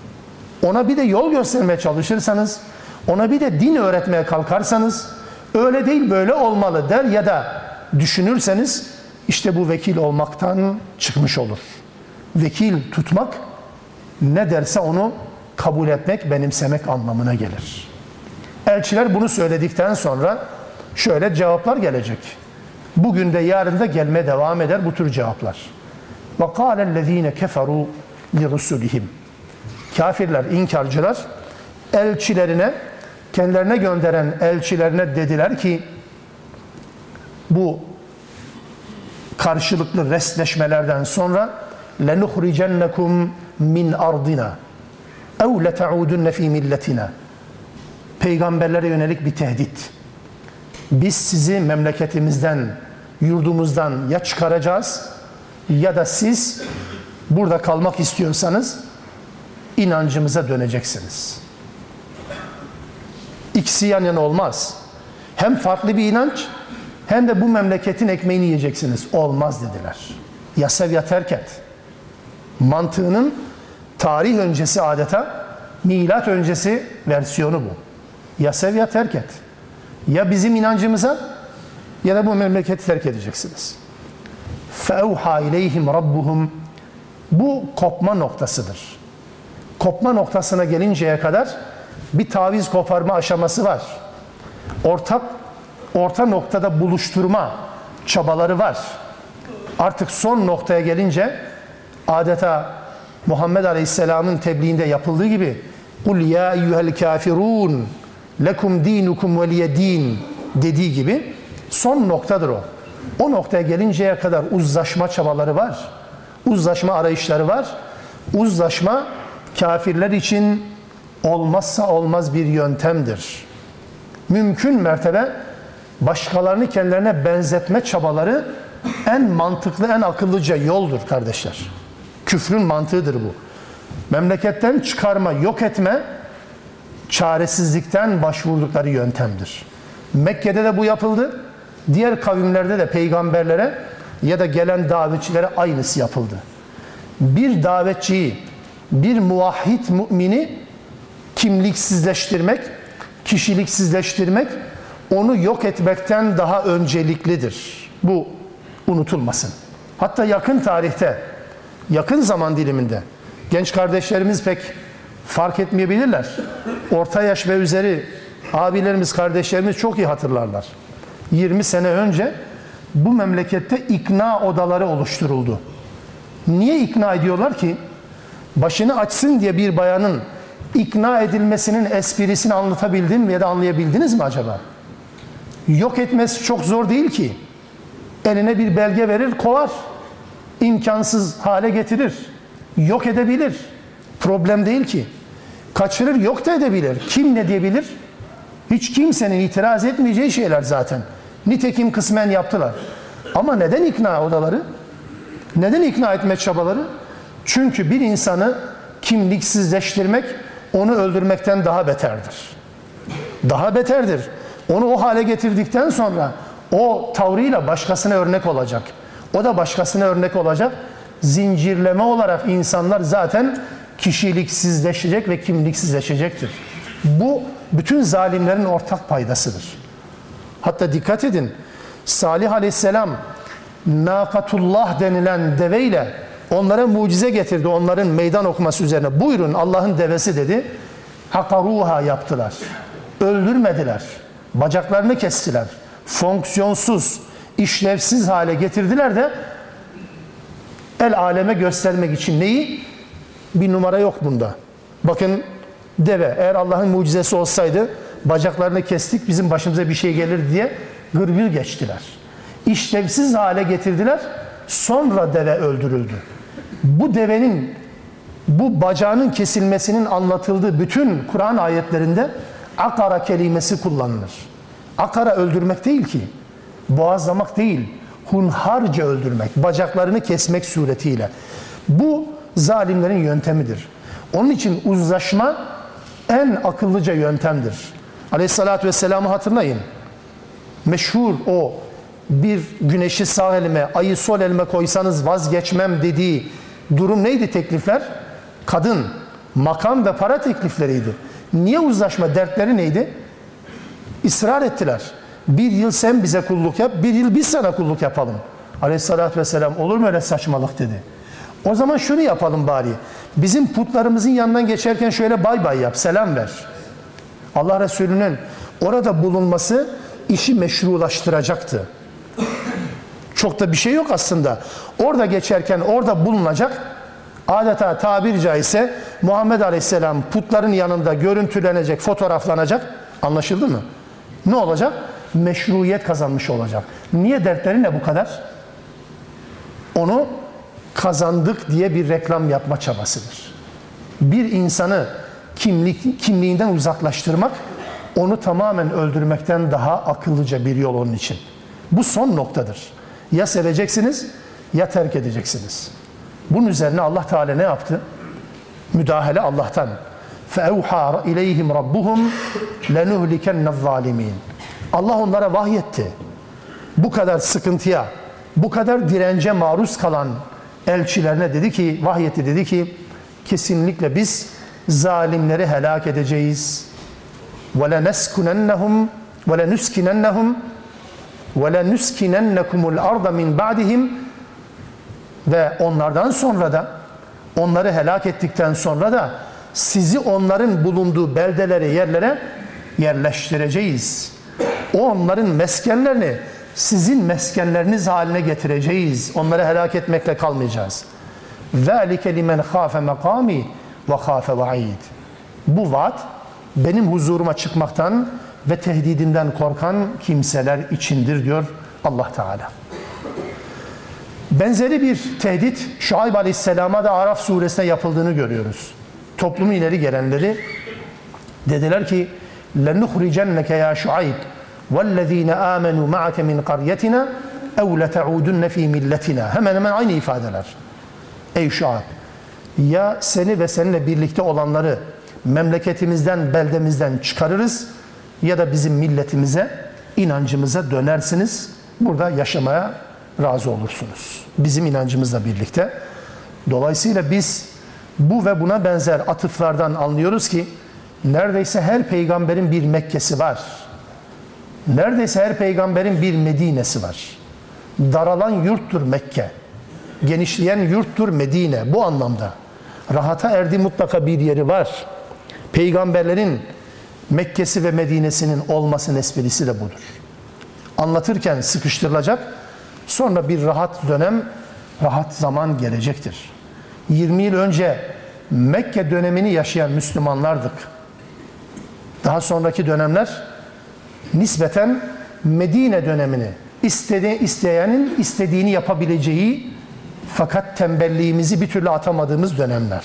ona bir de yol göstermeye çalışırsanız, ona bir de din öğretmeye kalkarsanız, öyle değil böyle olmalı der ya da düşünürseniz, işte bu vekil olmaktan çıkmış olur. Vekil tutmak, ne derse onu kabul etmek, benimsemek anlamına gelir. Elçiler bunu söyledikten sonra şöyle cevaplar gelecek. Bugün de yarın da gelmeye devam eder bu tür cevaplar. وَقَالَ الَّذ۪ينَ كَفَرُوا لِرُسُلِهِمْ. Kafirler, inkarcılar elçilerine, kendilerine gönderen elçilerine dediler ki, bu karşılıklı restleşmelerden sonra لَنُخْرِجَنَّكُمْ مِنْ أَرْضِنَا اَوْ لَتَعُودُنَّ ف۪ي مِلَّتِنَا. Peygamberlere yönelik bir tehdit. Biz sizi memleketimizden, yurdumuzdan ya çıkaracağız ya da siz burada kalmak istiyorsanız inancımıza döneceksiniz. İkisi yan yana olmaz. Hem farklı bir inanç hem de bu memleketin ekmeğini yiyeceksiniz. Olmaz dediler. Yasev ya terk et. Mantığının tarih öncesi adeta, milat öncesi versiyonu bu. Yasev ya terk et. Ya bizim inancımıza ya da bu memleketi terk edeceksiniz. فَاَوْحَا اِلَيْهِمْ رَبُّهُمْ. Bu kopma noktasıdır. Kopma noktasına gelinceye kadar bir taviz koparma aşaması var. Ortak, orta noktada buluşturma çabaları var. Artık son noktaya gelince adeta Muhammed Aleyhisselam'ın tebliğinde yapıldığı gibi قُلْ يَا اَيُّهَا الْكَافِرُونَ lekum dinukum veliye din dediği gibi son noktadır o. O noktaya gelinceye kadar uzlaşma çabaları var. Uzlaşma arayışları var. Uzlaşma kafirler için olmazsa olmaz bir yöntemdir. Mümkün mertebe başkalarını kendilerine benzetme çabaları en mantıklı, en akıllıca yoldur kardeşler. Küfrün mantığıdır bu. Memleketten çıkarma, yok etme, çaresizlikten başvurdukları yöntemdir. Mekke'de de bu yapıldı. Diğer kavimlerde de peygamberlere ya da gelen davetçilere aynısı yapıldı. Bir davetçiyi, bir muvahhid mümini kimliksizleştirmek, kişiliksizleştirmek, onu yok etmekten daha önceliklidir. Bu unutulmasın. Hatta yakın tarihte yakın zaman diliminde. Genç kardeşlerimiz pek fark etmeyebilirler. Orta yaş ve üzeri abilerimiz, kardeşlerimiz çok iyi hatırlarlar. yirmi sene önce bu memlekette ikna odaları oluşturuldu. Niye ikna ediyorlar ki? Başını açsın diye bir bayanın ikna edilmesinin esprisini anlatabildim mi ya da anlayabildiniz mi acaba? Yok etmesi çok zor değil ki. Eline bir belge verir, kovar. İmkansız hale getirir. Yok edebilir. Problem değil ki. Kaçırır, yok da edebilir. Kim ne diyebilir? Hiç kimsenin itiraz etmeyeceği şeyler zaten. Nitekim kısmen yaptılar. Ama neden ikna odaları? Neden ikna etme çabaları? Çünkü bir insanı kimliksizleştirmek onu öldürmekten daha beterdir. Daha beterdir. Onu o hale getirdikten sonra o tavrıyla başkasına örnek olacak. O da başkasına örnek olacak. Zincirleme olarak insanlar zaten kişiliksizleşecek ve kimliksizleşecektir. Bu bütün zalimlerin ortak paydasıdır. Hatta dikkat edin, Salih Aleyhisselam Nakatullah denilen deveyle onlara mucize getirdi, onların meydan okuması üzerine. Buyurun Allah'ın devesi dedi. Hakaruha yaptılar. Öldürmediler. Bacaklarını kestiler. Fonksiyonsuz, işlevsiz hale getirdiler de el aleme göstermek için neyi? Bir numara yok bunda. Bakın deve eğer Allah'ın mucizesi olsaydı bacaklarını kestik bizim başımıza bir şey gelir diye gırgır geçtiler. İşlevsiz hale getirdiler. Sonra deve öldürüldü. Bu devenin, bu bacağının kesilmesinin anlatıldığı bütün Kur'an ayetlerinde akara kelimesi kullanılır. Akara öldürmek değil ki. Boğazlamak değil. Hunharca öldürmek. Bacaklarını kesmek suretiyle. Bu zalimlerin yöntemidir. Onun için uzlaşma en akıllıca yöntemdir. Aleyhissalatü vesselam'ı hatırlayın. Meşhur o bir güneşi sağ elime, ayı sol elime koysanız vazgeçmem dediği durum neydi teklifler? Kadın, makam ve para teklifleriydi. Niye uzlaşma? Dertleri neydi? İsrar ettiler. Bir yıl sen bize kulluk yap, bir yıl biz sana kulluk yapalım. Aleyhissalatü vesselam olur mu öyle saçmalık dedi. O zaman şunu yapalım bari. Bizim putlarımızın yanından geçerken şöyle bay bay yap, selam ver. Allah Resulü'nün orada bulunması işi meşrulaştıracaktı. Çok da bir şey yok aslında. Orada geçerken orada bulunacak, adeta tabiri caizse Muhammed Aleyhisselam putların yanında görüntülenecek, fotoğraflanacak. Anlaşıldı mı? Ne olacak? Meşruiyet kazanmış olacak. Niye dertleri ne bu kadar? Onu kazandık diye bir reklam yapma çabasıdır. Bir insanı kimlik, kimliğinden uzaklaştırmak, onu tamamen öldürmekten daha akıllıca bir yol onun için. Bu son noktadır. Ya seveceksiniz ya terk edeceksiniz. Bunun üzerine Allah Teala ne yaptı? Müdahale Allah'tan. فَاَوْحَى اِلَيْهِمْ رَبُّهُمْ لَنُهْلِكَنَّ الظَّالِمِينَ. Allah onlara vahyetti. Bu kadar sıkıntıya, bu kadar dirence maruz kalan elçilerine dedi ki, vahyetti dedi ki, kesinlikle biz zalimleri helak edeceğiz. وَلَنَسْكُنَنَّهُمْ وَلَنُسْكِنَنَّهُمْ وَلَنُسْكِنَنَّكُمُ الْأَرْضَ مِنْ بَعْدِهِمْ. Ve onlardan sonra da, onları helak ettikten sonra da sizi onların bulunduğu beldelere, yerlere yerleştireceğiz. O onların meskenlerini sizin meskenleriniz haline getireceğiz. Onları helak etmekle kalmayacağız. ذَٰلِكَ لِمَنْ خَافَ مَقَامِ وَخَافَ وَعِيدٍ. Bu vaat benim huzuruma çıkmaktan ve tehdidimden korkan kimseler içindir diyor Allah Teala. Benzeri bir tehdit Şuayb Aleyhisselam'a da Araf suresine yapıldığını görüyoruz. Toplumu ileri gelenleri dediler ki لَنُخْرِجَنَّكَ يَا شُعَيْبٍ وَالَّذ۪ينَ آمَنُوا مَعَكَ مِنْ قَرْيَتِنَا اَوْ لَتَعُودُنَّ ف۪ي مِلَّتِنَا. Hemen hemen aynı ifadeler. Ey Şuayb, ya seni ve seninle birlikte olanları memleketimizden, beldemizden çıkarırız ya da bizim milletimize, inancımıza dönersiniz. Burada yaşamaya razı olursunuz. Bizim inancımızla birlikte. Dolayısıyla biz bu ve buna benzer atıflardan anlıyoruz ki neredeyse her peygamberin bir Mekke'si var. Neredeyse her peygamberin bir Medine'si var. Daralan yurttur Mekke. genişleyen yurttur Medine. Bu anlamda. Rahata erdi mutlaka bir yeri var. Peygamberlerin Mekke'si ve Medine'sinin olmasının esprisi de budur. Anlatırken sıkıştırılacak, sonra bir rahat dönem, rahat zaman gelecektir. yirmi yıl önce Mekke dönemini yaşayan Müslümanlardık. Daha sonraki dönemler nispeten Medine dönemini, istediği, isteyenin istediğini yapabileceği fakat tembelliğimizi bir türlü atamadığımız dönemler.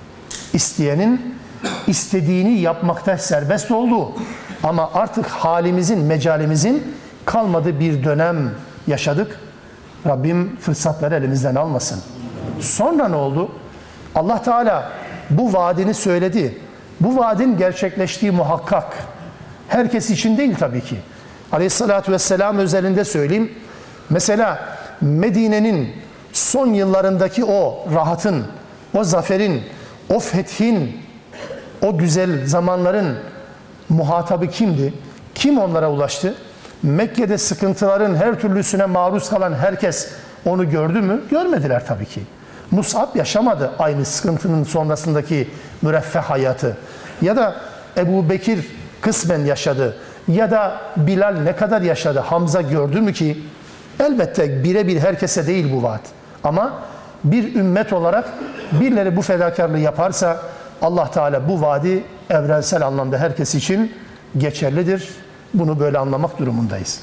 İsteyenin istediğini yapmakta serbest olduğu ama artık halimizin, mecalimizin kalmadığı bir dönem yaşadık. Rabbim fırsatları elimizden almasın. Sonra ne oldu? Allah Teala bu vaadini söyledi. Bu vaadin gerçekleştiği muhakkak. Herkes için değil tabii ki. Aleyhissalatü vesselam özelinde söyleyeyim. Mesela Medine'nin son yıllarındaki o rahatın, o zaferin, o fethin, o güzel zamanların muhatabı kimdi? Kim onlara ulaştı? Mekke'de sıkıntıların her türlüsüne maruz kalan herkes onu gördü mü? Görmediler tabii ki. Mus'ab yaşamadı aynı sıkıntının sonrasındaki müreffeh hayatı. Ya da Ebu Bekir kısmen yaşadı. Ya da Bilal ne kadar yaşadı? Hamza gördü mü ki? Elbette birebir herkese değil bu vaat. Ama bir ümmet olarak birileri bu fedakarlığı yaparsa Allah Teala bu vaadi evrensel anlamda herkes için geçerlidir. Bunu böyle anlamak durumundayız.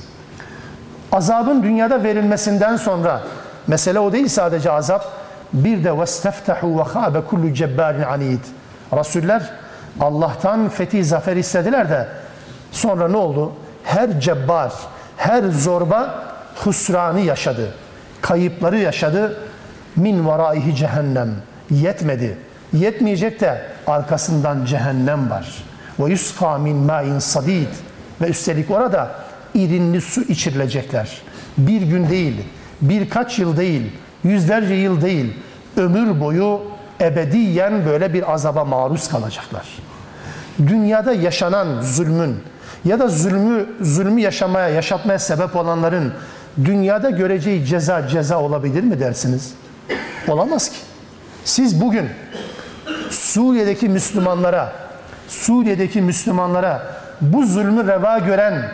Azabın dünyada verilmesinden sonra mesele o değil sadece azap. Bir de وَاسْتَفْتَحُوا وَخَابَ كُلُّ جَبَّارٍ عَنِيدٍ. Resuller Allah'tan fethi zafer istediler de sonra ne oldu? Her cebbar, her zorba husranı yaşadı. Kayıpları yaşadı. Min varaihi cehennem. Yetmedi. Yetmeyecek de arkasından cehennem var. Ve yusqa min ma'in sadid. Ve üstelik orada irinli su içirilecekler. Bir gün değil, birkaç yıl değil, yüzlerce yıl değil, ömür boyu ebediyen böyle bir azaba maruz kalacaklar. Dünyada yaşanan zulmün ya da zulmü zulmü yaşamaya, yaşatmaya sebep olanların dünyada göreceği ceza ceza olabilir mi dersiniz? Olamaz ki. Siz bugün Suriye'deki Müslümanlara, Suriye'deki Müslümanlara bu zulmü reva gören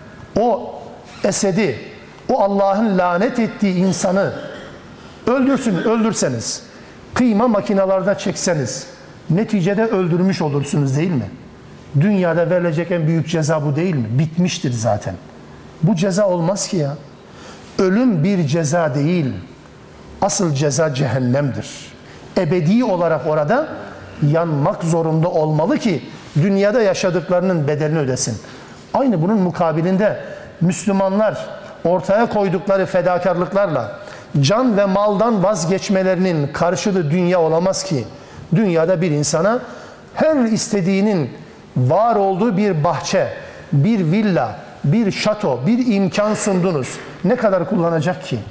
o Esed'i, o Allah'ın lanet ettiği insanı öldürsün, öldürseniz, kıyma makinalarda çekseniz, neticede öldürmüş olursunuz değil mi? Dünyada verilecek en büyük ceza bu değil mi? Bitmiştir zaten. Bu ceza olmaz ki ya. Ölüm bir ceza değil. Asıl ceza cehennemdir. Ebedi olarak orada yanmak zorunda olmalı ki dünyada yaşadıklarının bedelini ödesin. Aynı bunun mukabilinde Müslümanlar ortaya koydukları fedakarlıklarla can ve maldan vazgeçmelerinin karşılığı dünya olamaz ki. Dünyada bir insana her istediğinin var olduğu bir bahçe, bir villa, bir şato, bir imkan sundunuz. Ne kadar kullanacak ki?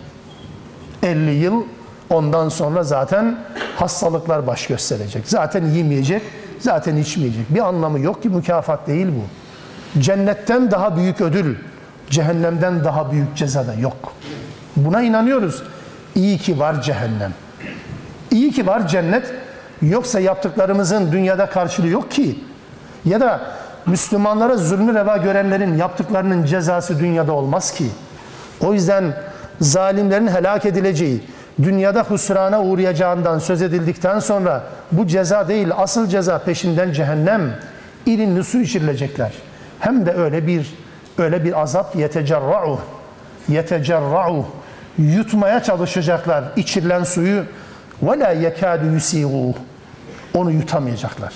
elli yıl, ondan sonra zaten hastalıklar baş gösterecek. Zaten yemeyecek, zaten içmeyecek. Bir anlamı yok ki, mükafat değil bu. Cennetten daha büyük ödül, cehennemden daha büyük ceza da yok. Buna inanıyoruz. İyi ki var cehennem. İyi ki var cennet. Yoksa yaptıklarımızın dünyada karşılığı yok ki. Ya da Müslümanlara zulmü reva görenlerin yaptıklarının cezası dünyada olmaz ki. O yüzden zalimlerin helak edileceği, dünyada husrana uğrayacağından söz edildikten sonra bu ceza değil, asıl ceza peşinden cehennem, irinli su içirilecekler. Hem de öyle bir öyle bir azap yetecerra'u yetecerra'u yutmaya çalışacaklar içirilen suyu ve la yekadu yusigu, onu yutamayacaklar.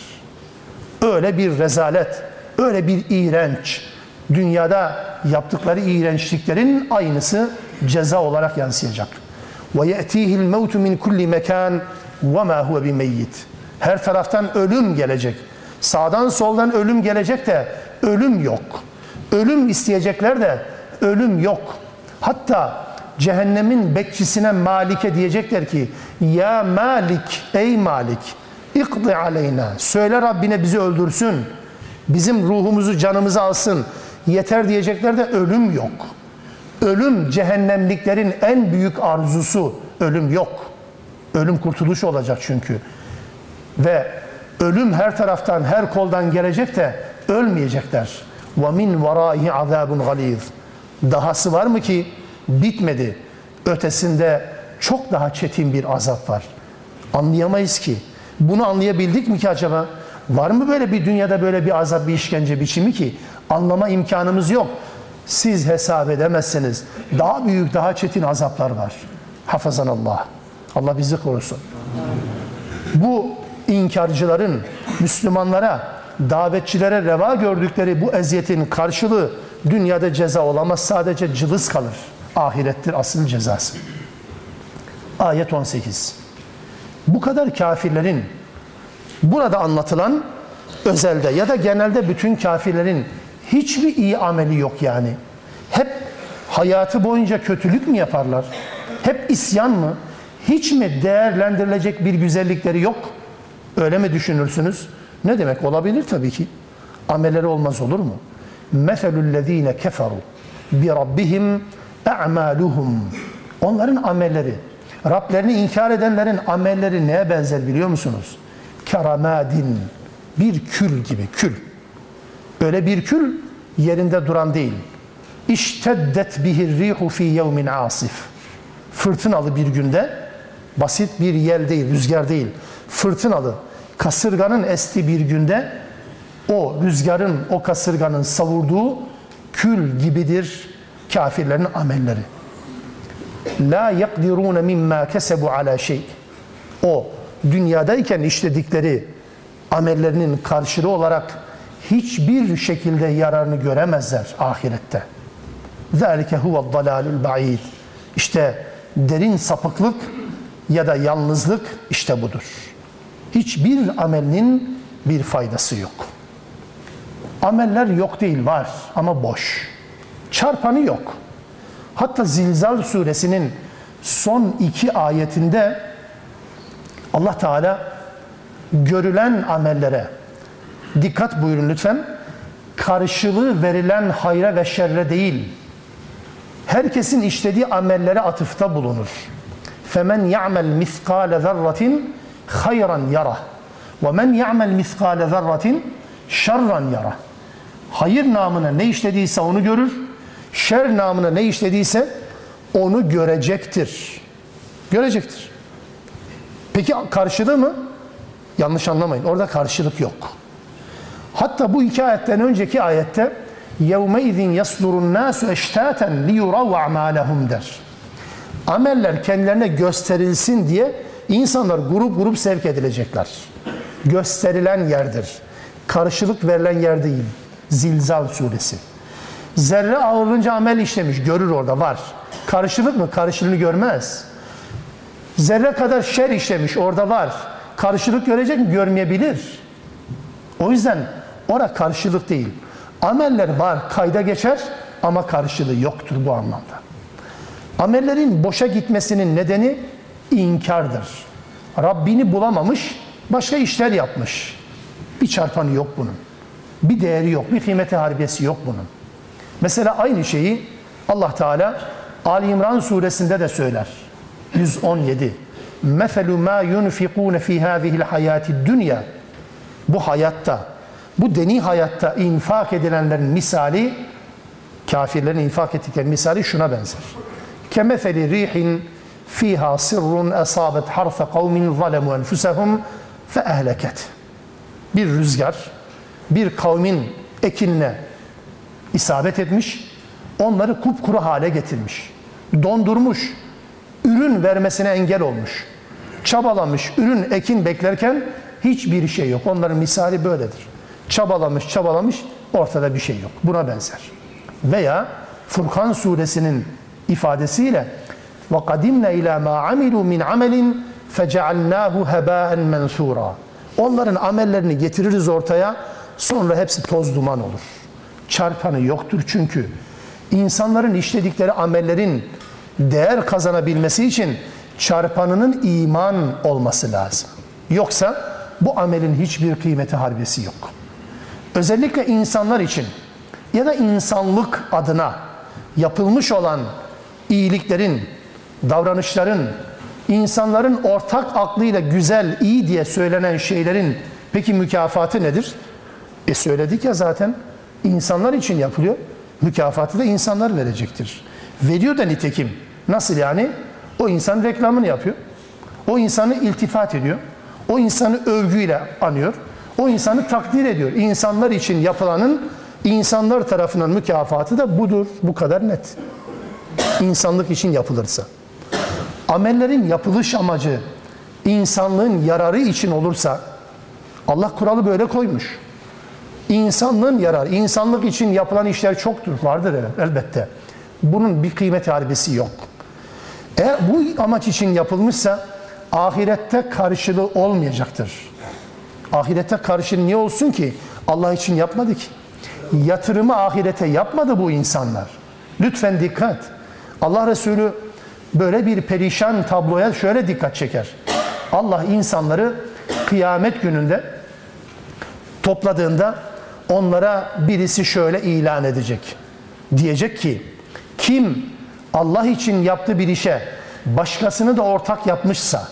Öyle bir rezalet, öyle bir iğrenç, dünyada yaptıkları iğrençliklerin aynısı ceza olarak yansıyacak. Ve ye'tihil mevtu min kulli mekan ve ma huve bimeyyit. Her taraftan ölüm gelecek. Sağdan soldan ölüm gelecek de ölüm yok. Ölüm isteyecekler de ölüm yok. Hatta cehennemin bekçisine Malik'e diyecekler ki ya Malik, ey Malik, ikdi aleyna, söyle Rabbine bizi öldürsün, bizim ruhumuzu, canımızı alsın, yeter diyecekler de ölüm yok. Ölüm cehennemliklerin en büyük arzusu, Ölüm yok. Ölüm kurtuluş olacak çünkü. Ve ölüm her taraftan, her koldan gelecek de ölmeyecekler. وَمِنْ وَرَائِهِ عَذَابٌ غَلِيظٌ. Dahası var mı ki bitmedi. Ötesinde çok daha çetin bir azap var. Anlayamayız ki. Bunu anlayabildik mi ki acaba? Var mı böyle bir dünyada böyle bir azap, bir işkence biçimi ki anlama imkanımız yok. Siz hesap edemezsiniz. Daha büyük, daha çetin azaplar var. Hafazanallah. Allah bizi korusun. Bu inkarcıların Müslümanlara, davetçilere reva gördükleri bu eziyetin karşılığı dünyada ceza olamaz. Sadece cılız kalır. Ahirettir asıl cezası. Ayet on sekiz. Bu kadar kafirlerin burada anlatılan özelde ya da genelde bütün kafirlerin hiçbir iyi ameli yok yani. Hep hayatı boyunca kötülük mü yaparlar? Hep isyan mı? Hiç mi değerlendirilecek bir güzellikleri yok? Öyle mi düşünürsünüz? Ne demek? Olabilir tabii ki. Amelleri olmaz olur mu? مَثَلُ الَّذ۪ينَ كَفَرُوا بِرَبِّهِمْ اَعْمَالُهُمْ. Onların amelleri, Rablerini inkar edenlerin amelleri neye benzer biliyor musunuz? Keramadin, bir kül gibi, kül. Öyle bir kül yerinde duran değil. İşteddet bihir rihu fi yevmin asif. Fırtınalı bir günde, basit bir yel değil, rüzgar değil, fırtınalı, kasırganın estiği bir günde o rüzgarın, o kasırganın savurduğu kül gibidir kafirlerin amelleri. La yakdirun mimma kesebu ala şey. O dünyadayken işledikleri amellerinin karşılığı olarak hiçbir şekilde yararını göremezler ahirette. Zalike huve'd dalalul ba'id. İşte derin sapıklık ya da yalnızlık işte budur. Hiçbir amelinin bir faydası yok. Ameller yok değil, var ama boş. Çarpanı yok. Hatta Zilzal suresinin son iki ayetinde Allah Teala görülen amellere dikkat buyurun lütfen. Karşılığı verilen hayra ve şerre değil, herkesin işlediği amellere atıfta bulunur. فَمَنْ يَعْمَلْ مِثْقَالَ ذَرَّةٍ خَيْرًا يَرَهُ وَمَنْ يَعْمَلْ مِثْقَالَ ذَرَّةٍ شَرًّا يَرَهُ. Hayır namına ne işlediyse onu görür, şer namına ne işlediyse onu görecektir. Görecektir. Peki karşılığı mı? Yanlış anlamayın. Orada karşılık yok. Hatta bu iki ayetten önceki ayette يَوْمَئِذٍ يَصْدُرُ النَّاسُ اَشْتَاتًا لِيُرَوْ عَمَالَهُمْ der. Ameller kendilerine gösterilsin diye insanlar grup grup sevk edilecekler. Gösterilen yerdir. Karşılık verilen yer değil. Zilzal suresi. Zerre ağırlığınca amel işlemiş. Görür orada, var. Karşılık mı? Karşılığını görmez. Zerre kadar şer işlemiş. Orada var. Karşılık görecek mi? Görmeyebilir. O yüzden orada karşılık değil. Ameller var, kayda geçer ama karşılığı yoktur bu anlamda. Amellerin boşa gitmesinin nedeni inkardır. Rabbini bulamamış, başka işler yapmış. Bir çarpanı yok bunun. Bir değeri yok, bir kıymeti harbiyesi yok bunun. Mesela aynı şeyi Allah Teala Ali İmran suresinde de söyler. yüz on yedi. مَثَلُ مَا يُنْفِقُونَ فِي هَذِهِ الْحَيَاتِ الدُّنْيَا. Bu hayatta, bu deni hayatta infak edilenlerin misali, kafirlerin infak ettikleri misali şuna benzer. كَمَثَلِ رِيحٍ فِيهَا سِرٌّ أَصَابَتْ حَرْثَ قَوْمٍ ظَلَمُوا أَنْفُسَهُمْ فَأَهْلَكَتْ. Bir rüzgar, bir kavmin ekinine isabet etmiş, onları kupkuru hale getirmiş, dondurmuş, ürün vermesine engel olmuş, çabalamış, ürün ekin beklerken hiçbir şey yok. Onların misali böyledir. Çabalamış, çabalamış, ortada bir şey yok. Buna benzer. Veya Furkan suresinin ifadesiyle وَقَدِمْنَا اِلَى مَا عَمِلُوا مِنْ عَمَلٍ فَجَعَلْنَاهُ هَبَاءً مَنْثُورًا. Onların amellerini getiririz ortaya, sonra hepsi toz duman olur. Çarpanı yoktur çünkü. İnsanların işledikleri amellerin değer kazanabilmesi için çarpanının iman olması lazım. Yoksa bu amelin hiçbir kıymeti harbiyesi yok. Özellikle insanlar için ya da insanlık adına yapılmış olan iyiliklerin, davranışların, İnsanların ortak aklıyla güzel, iyi diye söylenen şeylerin peki mükafatı nedir? E söyledik ya zaten, insanlar için yapılıyor. Mükafatı da insanlar verecektir. Veriyor da nitekim. Nasıl yani? O insan reklamını yapıyor. O insanı iltifat ediyor. O insanı övgüyle anıyor. O insanı takdir ediyor. İnsanlar için yapılanın insanlar tarafından mükafatı da budur. Bu kadar net. İnsanlık için yapılırsa. Amellerin yapılış amacı insanlığın yararı için olursa, Allah kuralı böyle koymuş. İnsanlığın yararı, insanlık için yapılan işler çoktur, vardır elbette. Bunun bir kıymet harbisi yok. Eğer bu amaç için yapılmışsa ahirette karşılığı olmayacaktır. Ahirette karşılığı niye olsun ki? Allah için yapmadı ki. Yatırımı ahirete yapmadı bu insanlar. Lütfen dikkat. Allah Resulü böyle bir perişan tabloya şöyle dikkat çeker. Allah insanları kıyamet gününde topladığında onlara birisi şöyle ilan edecek. Diyecek ki, kim Allah için yaptığı bir işe başkasını da ortak yapmışsa,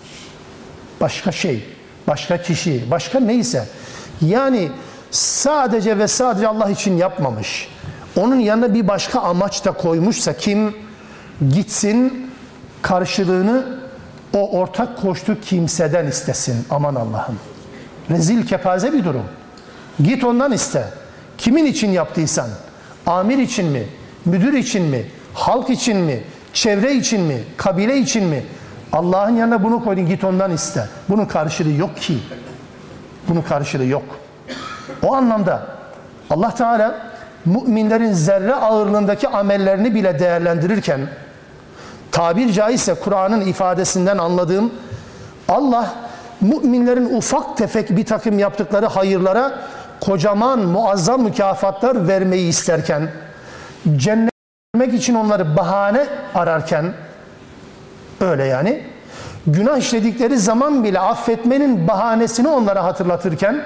başka şey, başka kişi, başka neyse, yani sadece ve sadece Allah için yapmamış, onun yanına bir başka amaç da koymuşsa kim, gitsin karşılığını o ortak koştuğu kimseden istesin. Aman Allah'ım. Rezil kepaze bir durum. Git ondan iste. Kimin için yaptıysan, amir için mi, müdür için mi, halk için mi, çevre için mi, kabile için mi? Allah'ın yanına bunu koydun, git ondan iste. Bunun karşılığı yok ki. Bunun karşılığı yok. O anlamda Allah Teala müminlerin zerre ağırlığındaki amellerini bile değerlendirirken, tabir caizse Kur'an'ın ifadesinden anladığım, Allah müminlerin ufak tefek bir takım yaptıkları hayırlara kocaman muazzam mükafatlar vermeyi isterken, cennet vermek için onları bahane ararken, öyle yani, günah işledikleri zaman bile affetmenin bahanesini onlara hatırlatırken,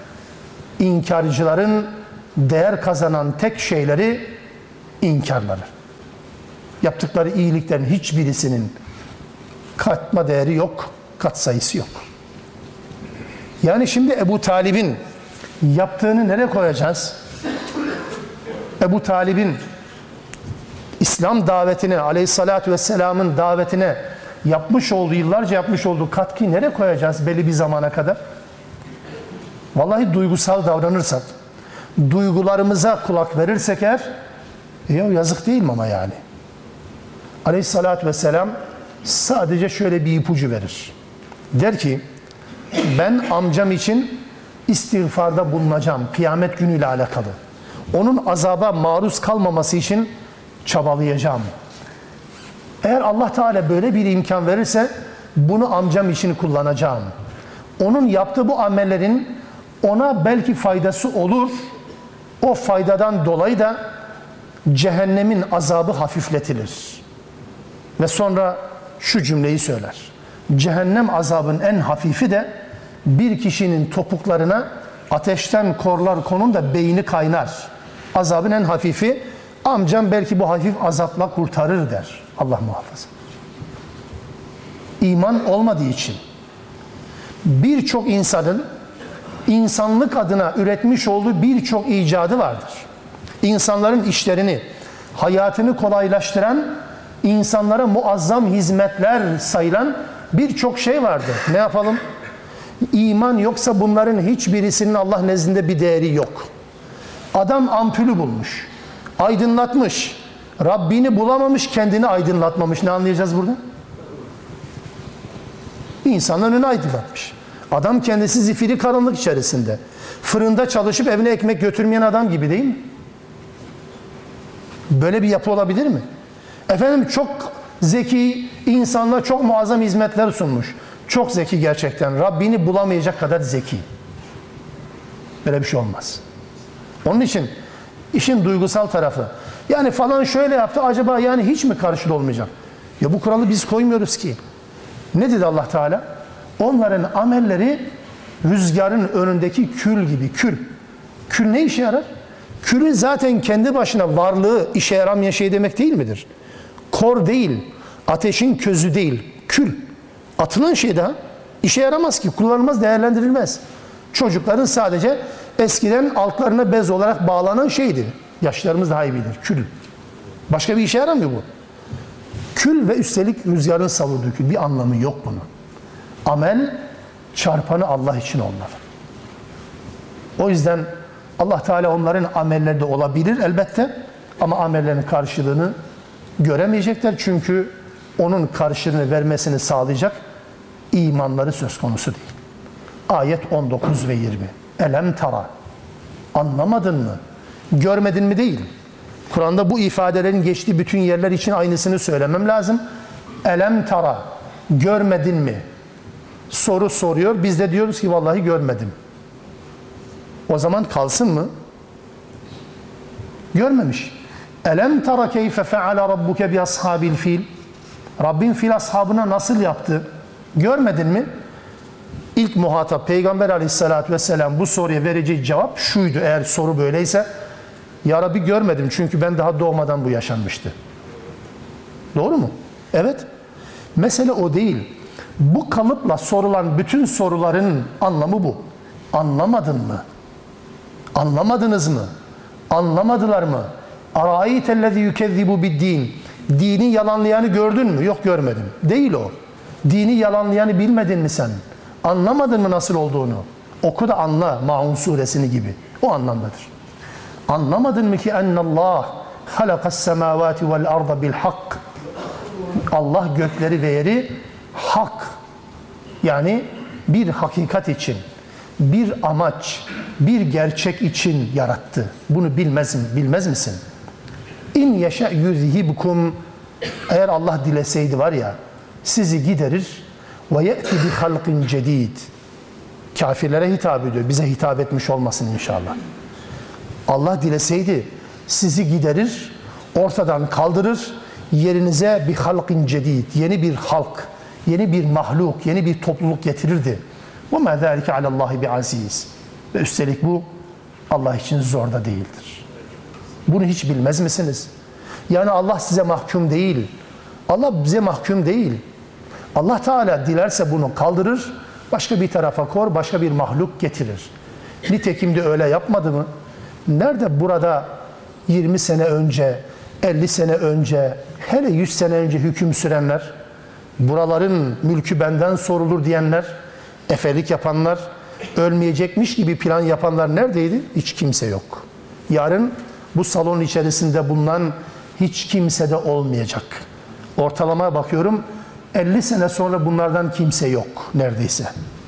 inkarcıların değer kazanan tek şeyleri inkarları. Yaptıkları iyiliklerin hiçbirisinin katma değeri yok, katsayısı yok. Yani şimdi Ebu Talib'in yaptığını nereye koyacağız? Ebu Talib'in İslam davetine, aleyhissalatü vesselamın davetine yapmış olduğu, yıllarca yapmış olduğu katkıyı nereye koyacağız belli bir zamana kadar? Vallahi duygusal davranırsak, duygularımıza kulak verirsek eğer, e ya yazık değil mi ama yani? Aleyhissalatü vesselam sadece şöyle bir ipucu verir. Der ki, ben amcam için istiğfarda bulunacağım kıyamet günüyle alakalı. Onun azaba maruz kalmaması için çabalayacağım. Eğer Allah Teala böyle bir imkan verirse bunu amcam için kullanacağım. Onun yaptığı bu amellerin ona belki faydası olur. O faydadan dolayı da cehennemin azabı hafifletilir. Ve sonra şu cümleyi söyler. Cehennem azabının en hafifi de bir kişinin topuklarına ateşten korlar konun da beyni kaynar. Azabın en hafifi, amcam belki bu hafif azapla kurtarır der. Allah muhafaza. İman olmadığı için birçok insanın insanlık adına üretmiş olduğu birçok icadı vardır. İnsanların işlerini, hayatını kolaylaştıran, insanlara muazzam hizmetler sayılan birçok şey vardır. Ne yapalım? İman yoksa bunların hiçbirisinin Allah nezdinde bir değeri yok. Adam ampulü bulmuş, aydınlatmış, Rabbini bulamamış, kendini aydınlatmamış. Ne anlayacağız burada? İnsanların önünü aydınlatmış. Adam kendisi zifiri karanlık içerisinde. Fırında çalışıp evine ekmek götürmeyen adam gibi değil mi? Böyle bir yapı olabilir mi? Efendim çok zeki insanlar çok muazzam hizmetler sunmuş. Çok zeki gerçekten. Rabbini bulamayacak kadar zeki. Böyle bir şey olmaz. Onun için işin duygusal tarafı. Yani falan şöyle yaptı, acaba yani hiç mi karşılığı olmayacak? Ya bu kuralı biz koymuyoruz ki. Ne dedi Allah Teala? Onların amelleri rüzgarın önündeki kül gibi. Kül. Kül ne işe yarar? Külün zaten kendi başına varlığı işe yaramayan şey demek değil midir? Kor değil. Ateşin közü değil, kül. Atılan şey daha işe yaramaz ki, kullanılmaz, değerlendirilmez. Çocukların sadece eskiden altlarına bez olarak bağlanan şeydi. Yaşlarımız daha iyi bilir, kül. Başka bir işe yaramıyor bu. Kül ve üstelik rüzgarın savurduğu kül. Bir anlamı yok bunun. Amel çarpanı Allah için olmalı. O yüzden Allah Teala onların amelleri de olabilir elbette ama amellerinin karşılığını göremeyecekler. Çünkü onun karşılığını vermesini sağlayacak imanları söz konusu değil. Ayet on dokuz ve yirmi. Elem tara. Anlamadın mı? Görmedin mi değil. Kur'an'da bu ifadelerin geçtiği bütün yerler için aynısını söylemem lazım. Elem tara. Görmedin mi? Soru soruyor. Biz de diyoruz ki vallahi görmedim. O zaman kalsın mı? Görmemiş. Elem tara keyfe feala rabbuke bi ashabil fil. Rabbin fil ashabına nasıl yaptı? Görmedin mi? İlk muhatap Peygamber aleyhissalatü vesselam bu soruya vereceği cevap şuydu, eğer soru böyleyse: Ya Rabbi görmedim çünkü ben daha doğmadan bu yaşanmıştı. Doğru mu? Evet. Mesele o değil. Bu kalıpla sorulan bütün soruların anlamı bu. Anlamadın mı? Anlamadınız mı? Anlamadılar mı? Araayitellezî yükezzibu biddin. Dini yalanlayanı gördün mü? Yok, görmedim. Değil o. Dini yalanlayanı bilmedin mi sen? Anlamadın mı nasıl olduğunu? Oku da anla, Maun suresini gibi. O anlamdadır. Anlamadın mı ki ennallah halakas semavati vel arda bil hak. Allah gökleri ve yeri hak, yani bir hakikat için, bir amaç, bir gerçek için yarattı. Bunu bilmez mi? Bilmez misin? İn yeşe yuzhibkum. Eğer Allah dileseydi var ya, sizi giderir ve ye'ti bi halqin cedid. Kafirlere hitap ediyor. Bize hitap etmiş olmasın inşallah. Allah dileseydi sizi giderir, ortadan kaldırır, yerinize bir halqin cedid, yeni bir halk, yeni bir mahluk, yeni bir topluluk getirirdi. وَمَا ذَٰلِكَ عَلَى اللّٰهِ بِعَز۪يزٍ. Ve üstelik bu Allah için zor da değildir. Bunu hiç bilmez misiniz? Yani Allah size mahkum değil. Allah bize mahkum değil. Allah Teala dilerse bunu kaldırır, başka bir tarafa kor, başka bir mahluk getirir. Nitekim de öyle yapmadı mı? Nerede burada yirmi sene önce, elli sene önce, hele yüz sene önce hüküm sürenler, buraların mülkü benden sorulur diyenler, efelik yapanlar, ölmeyecekmiş gibi plan yapanlar neredeydi? Hiç kimse yok. Yarın bu salon içerisinde bulunan hiç kimse de olmayacak. Ortalamaya bakıyorum, elli sene sonra bunlardan kimse yok neredeyse.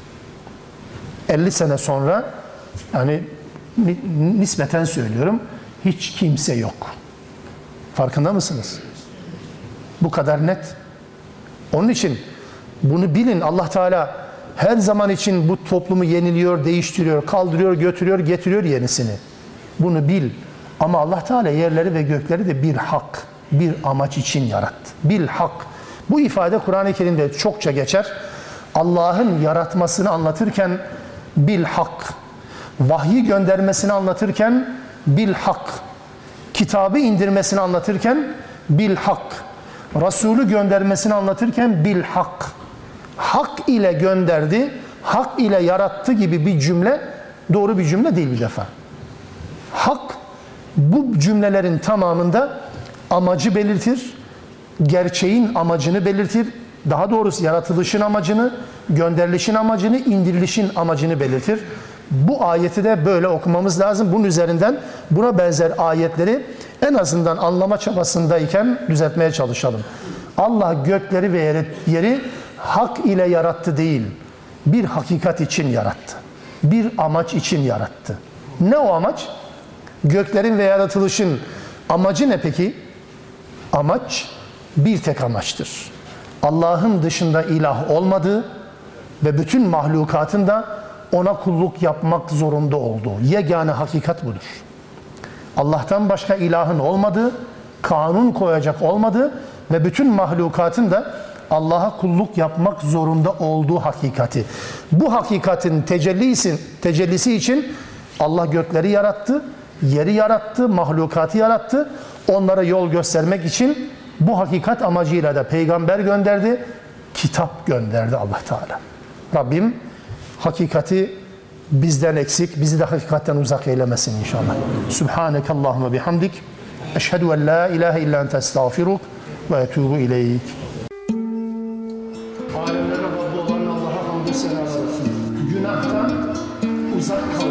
elli sene sonra, yani nispeten söylüyorum, hiç kimse yok. Farkında mısınız? Bu kadar net. Onun için bunu bilin, Allah Teala her zaman için bu toplumu yeniliyor, değiştiriyor, kaldırıyor, götürüyor, getiriyor yenisini. Bunu bil. Ama Allah Teala yerleri ve gökleri de bir hak, bir amaç için yarattı. Bil hak. Bu ifade Kur'an-ı Kerim'de çokça geçer. Allah'ın yaratmasını anlatırken bil hak, vahyi göndermesini anlatırken bil hak, kitabı indirmesini anlatırken bil hak, Resulü göndermesini anlatırken bil hak. Hak ile gönderdi, hak ile yarattı gibi bir cümle doğru bir cümle değil bir defa. Hak bu cümlelerin tamamında amacı belirtir, gerçeğin amacını belirtir, daha doğrusu yaratılışın amacını, gönderilişin amacını, indirilişin amacını belirtir. Bu ayeti de böyle okumamız lazım. Bunun üzerinden buna benzer ayetleri en azından anlama çabasındayken düzeltmeye çalışalım. Allah gökleri ve yeri, yeri hak ile yarattı değil, bir hakikat için yarattı. Bir amaç için yarattı. Ne o amaç? Göklerin ve yaratılışın amacı ne peki? Amaç bir tek amaçtır. Allah'ın dışında ilah olmadığı ve bütün mahlukatın da ona kulluk yapmak zorunda olduğu yegane hakikat budur. Allah'tan başka ilahın olmadığı, kanun koyacak olmadığı ve bütün mahlukatın da Allah'a kulluk yapmak zorunda olduğu hakikati. Bu hakikatin tecellisi, tecellisi için Allah gökleri yarattı, yeri yarattı, mahlukatı yarattı. Onlara yol göstermek için Bu hakikat amacıyla da peygamber gönderdi, kitap gönderdi Allah Teala. Rabbim hakikati bizden eksik, bizi de hakikatten uzak eylemesin inşallah. Sübhaneke Allahümme bihamdik. Eşhedü en la ilahe illa ente estağfiruk ve etubu ileyk. Alemlere Rabbi olan Allah'a hamdü senalar olsun. Günahtan uzak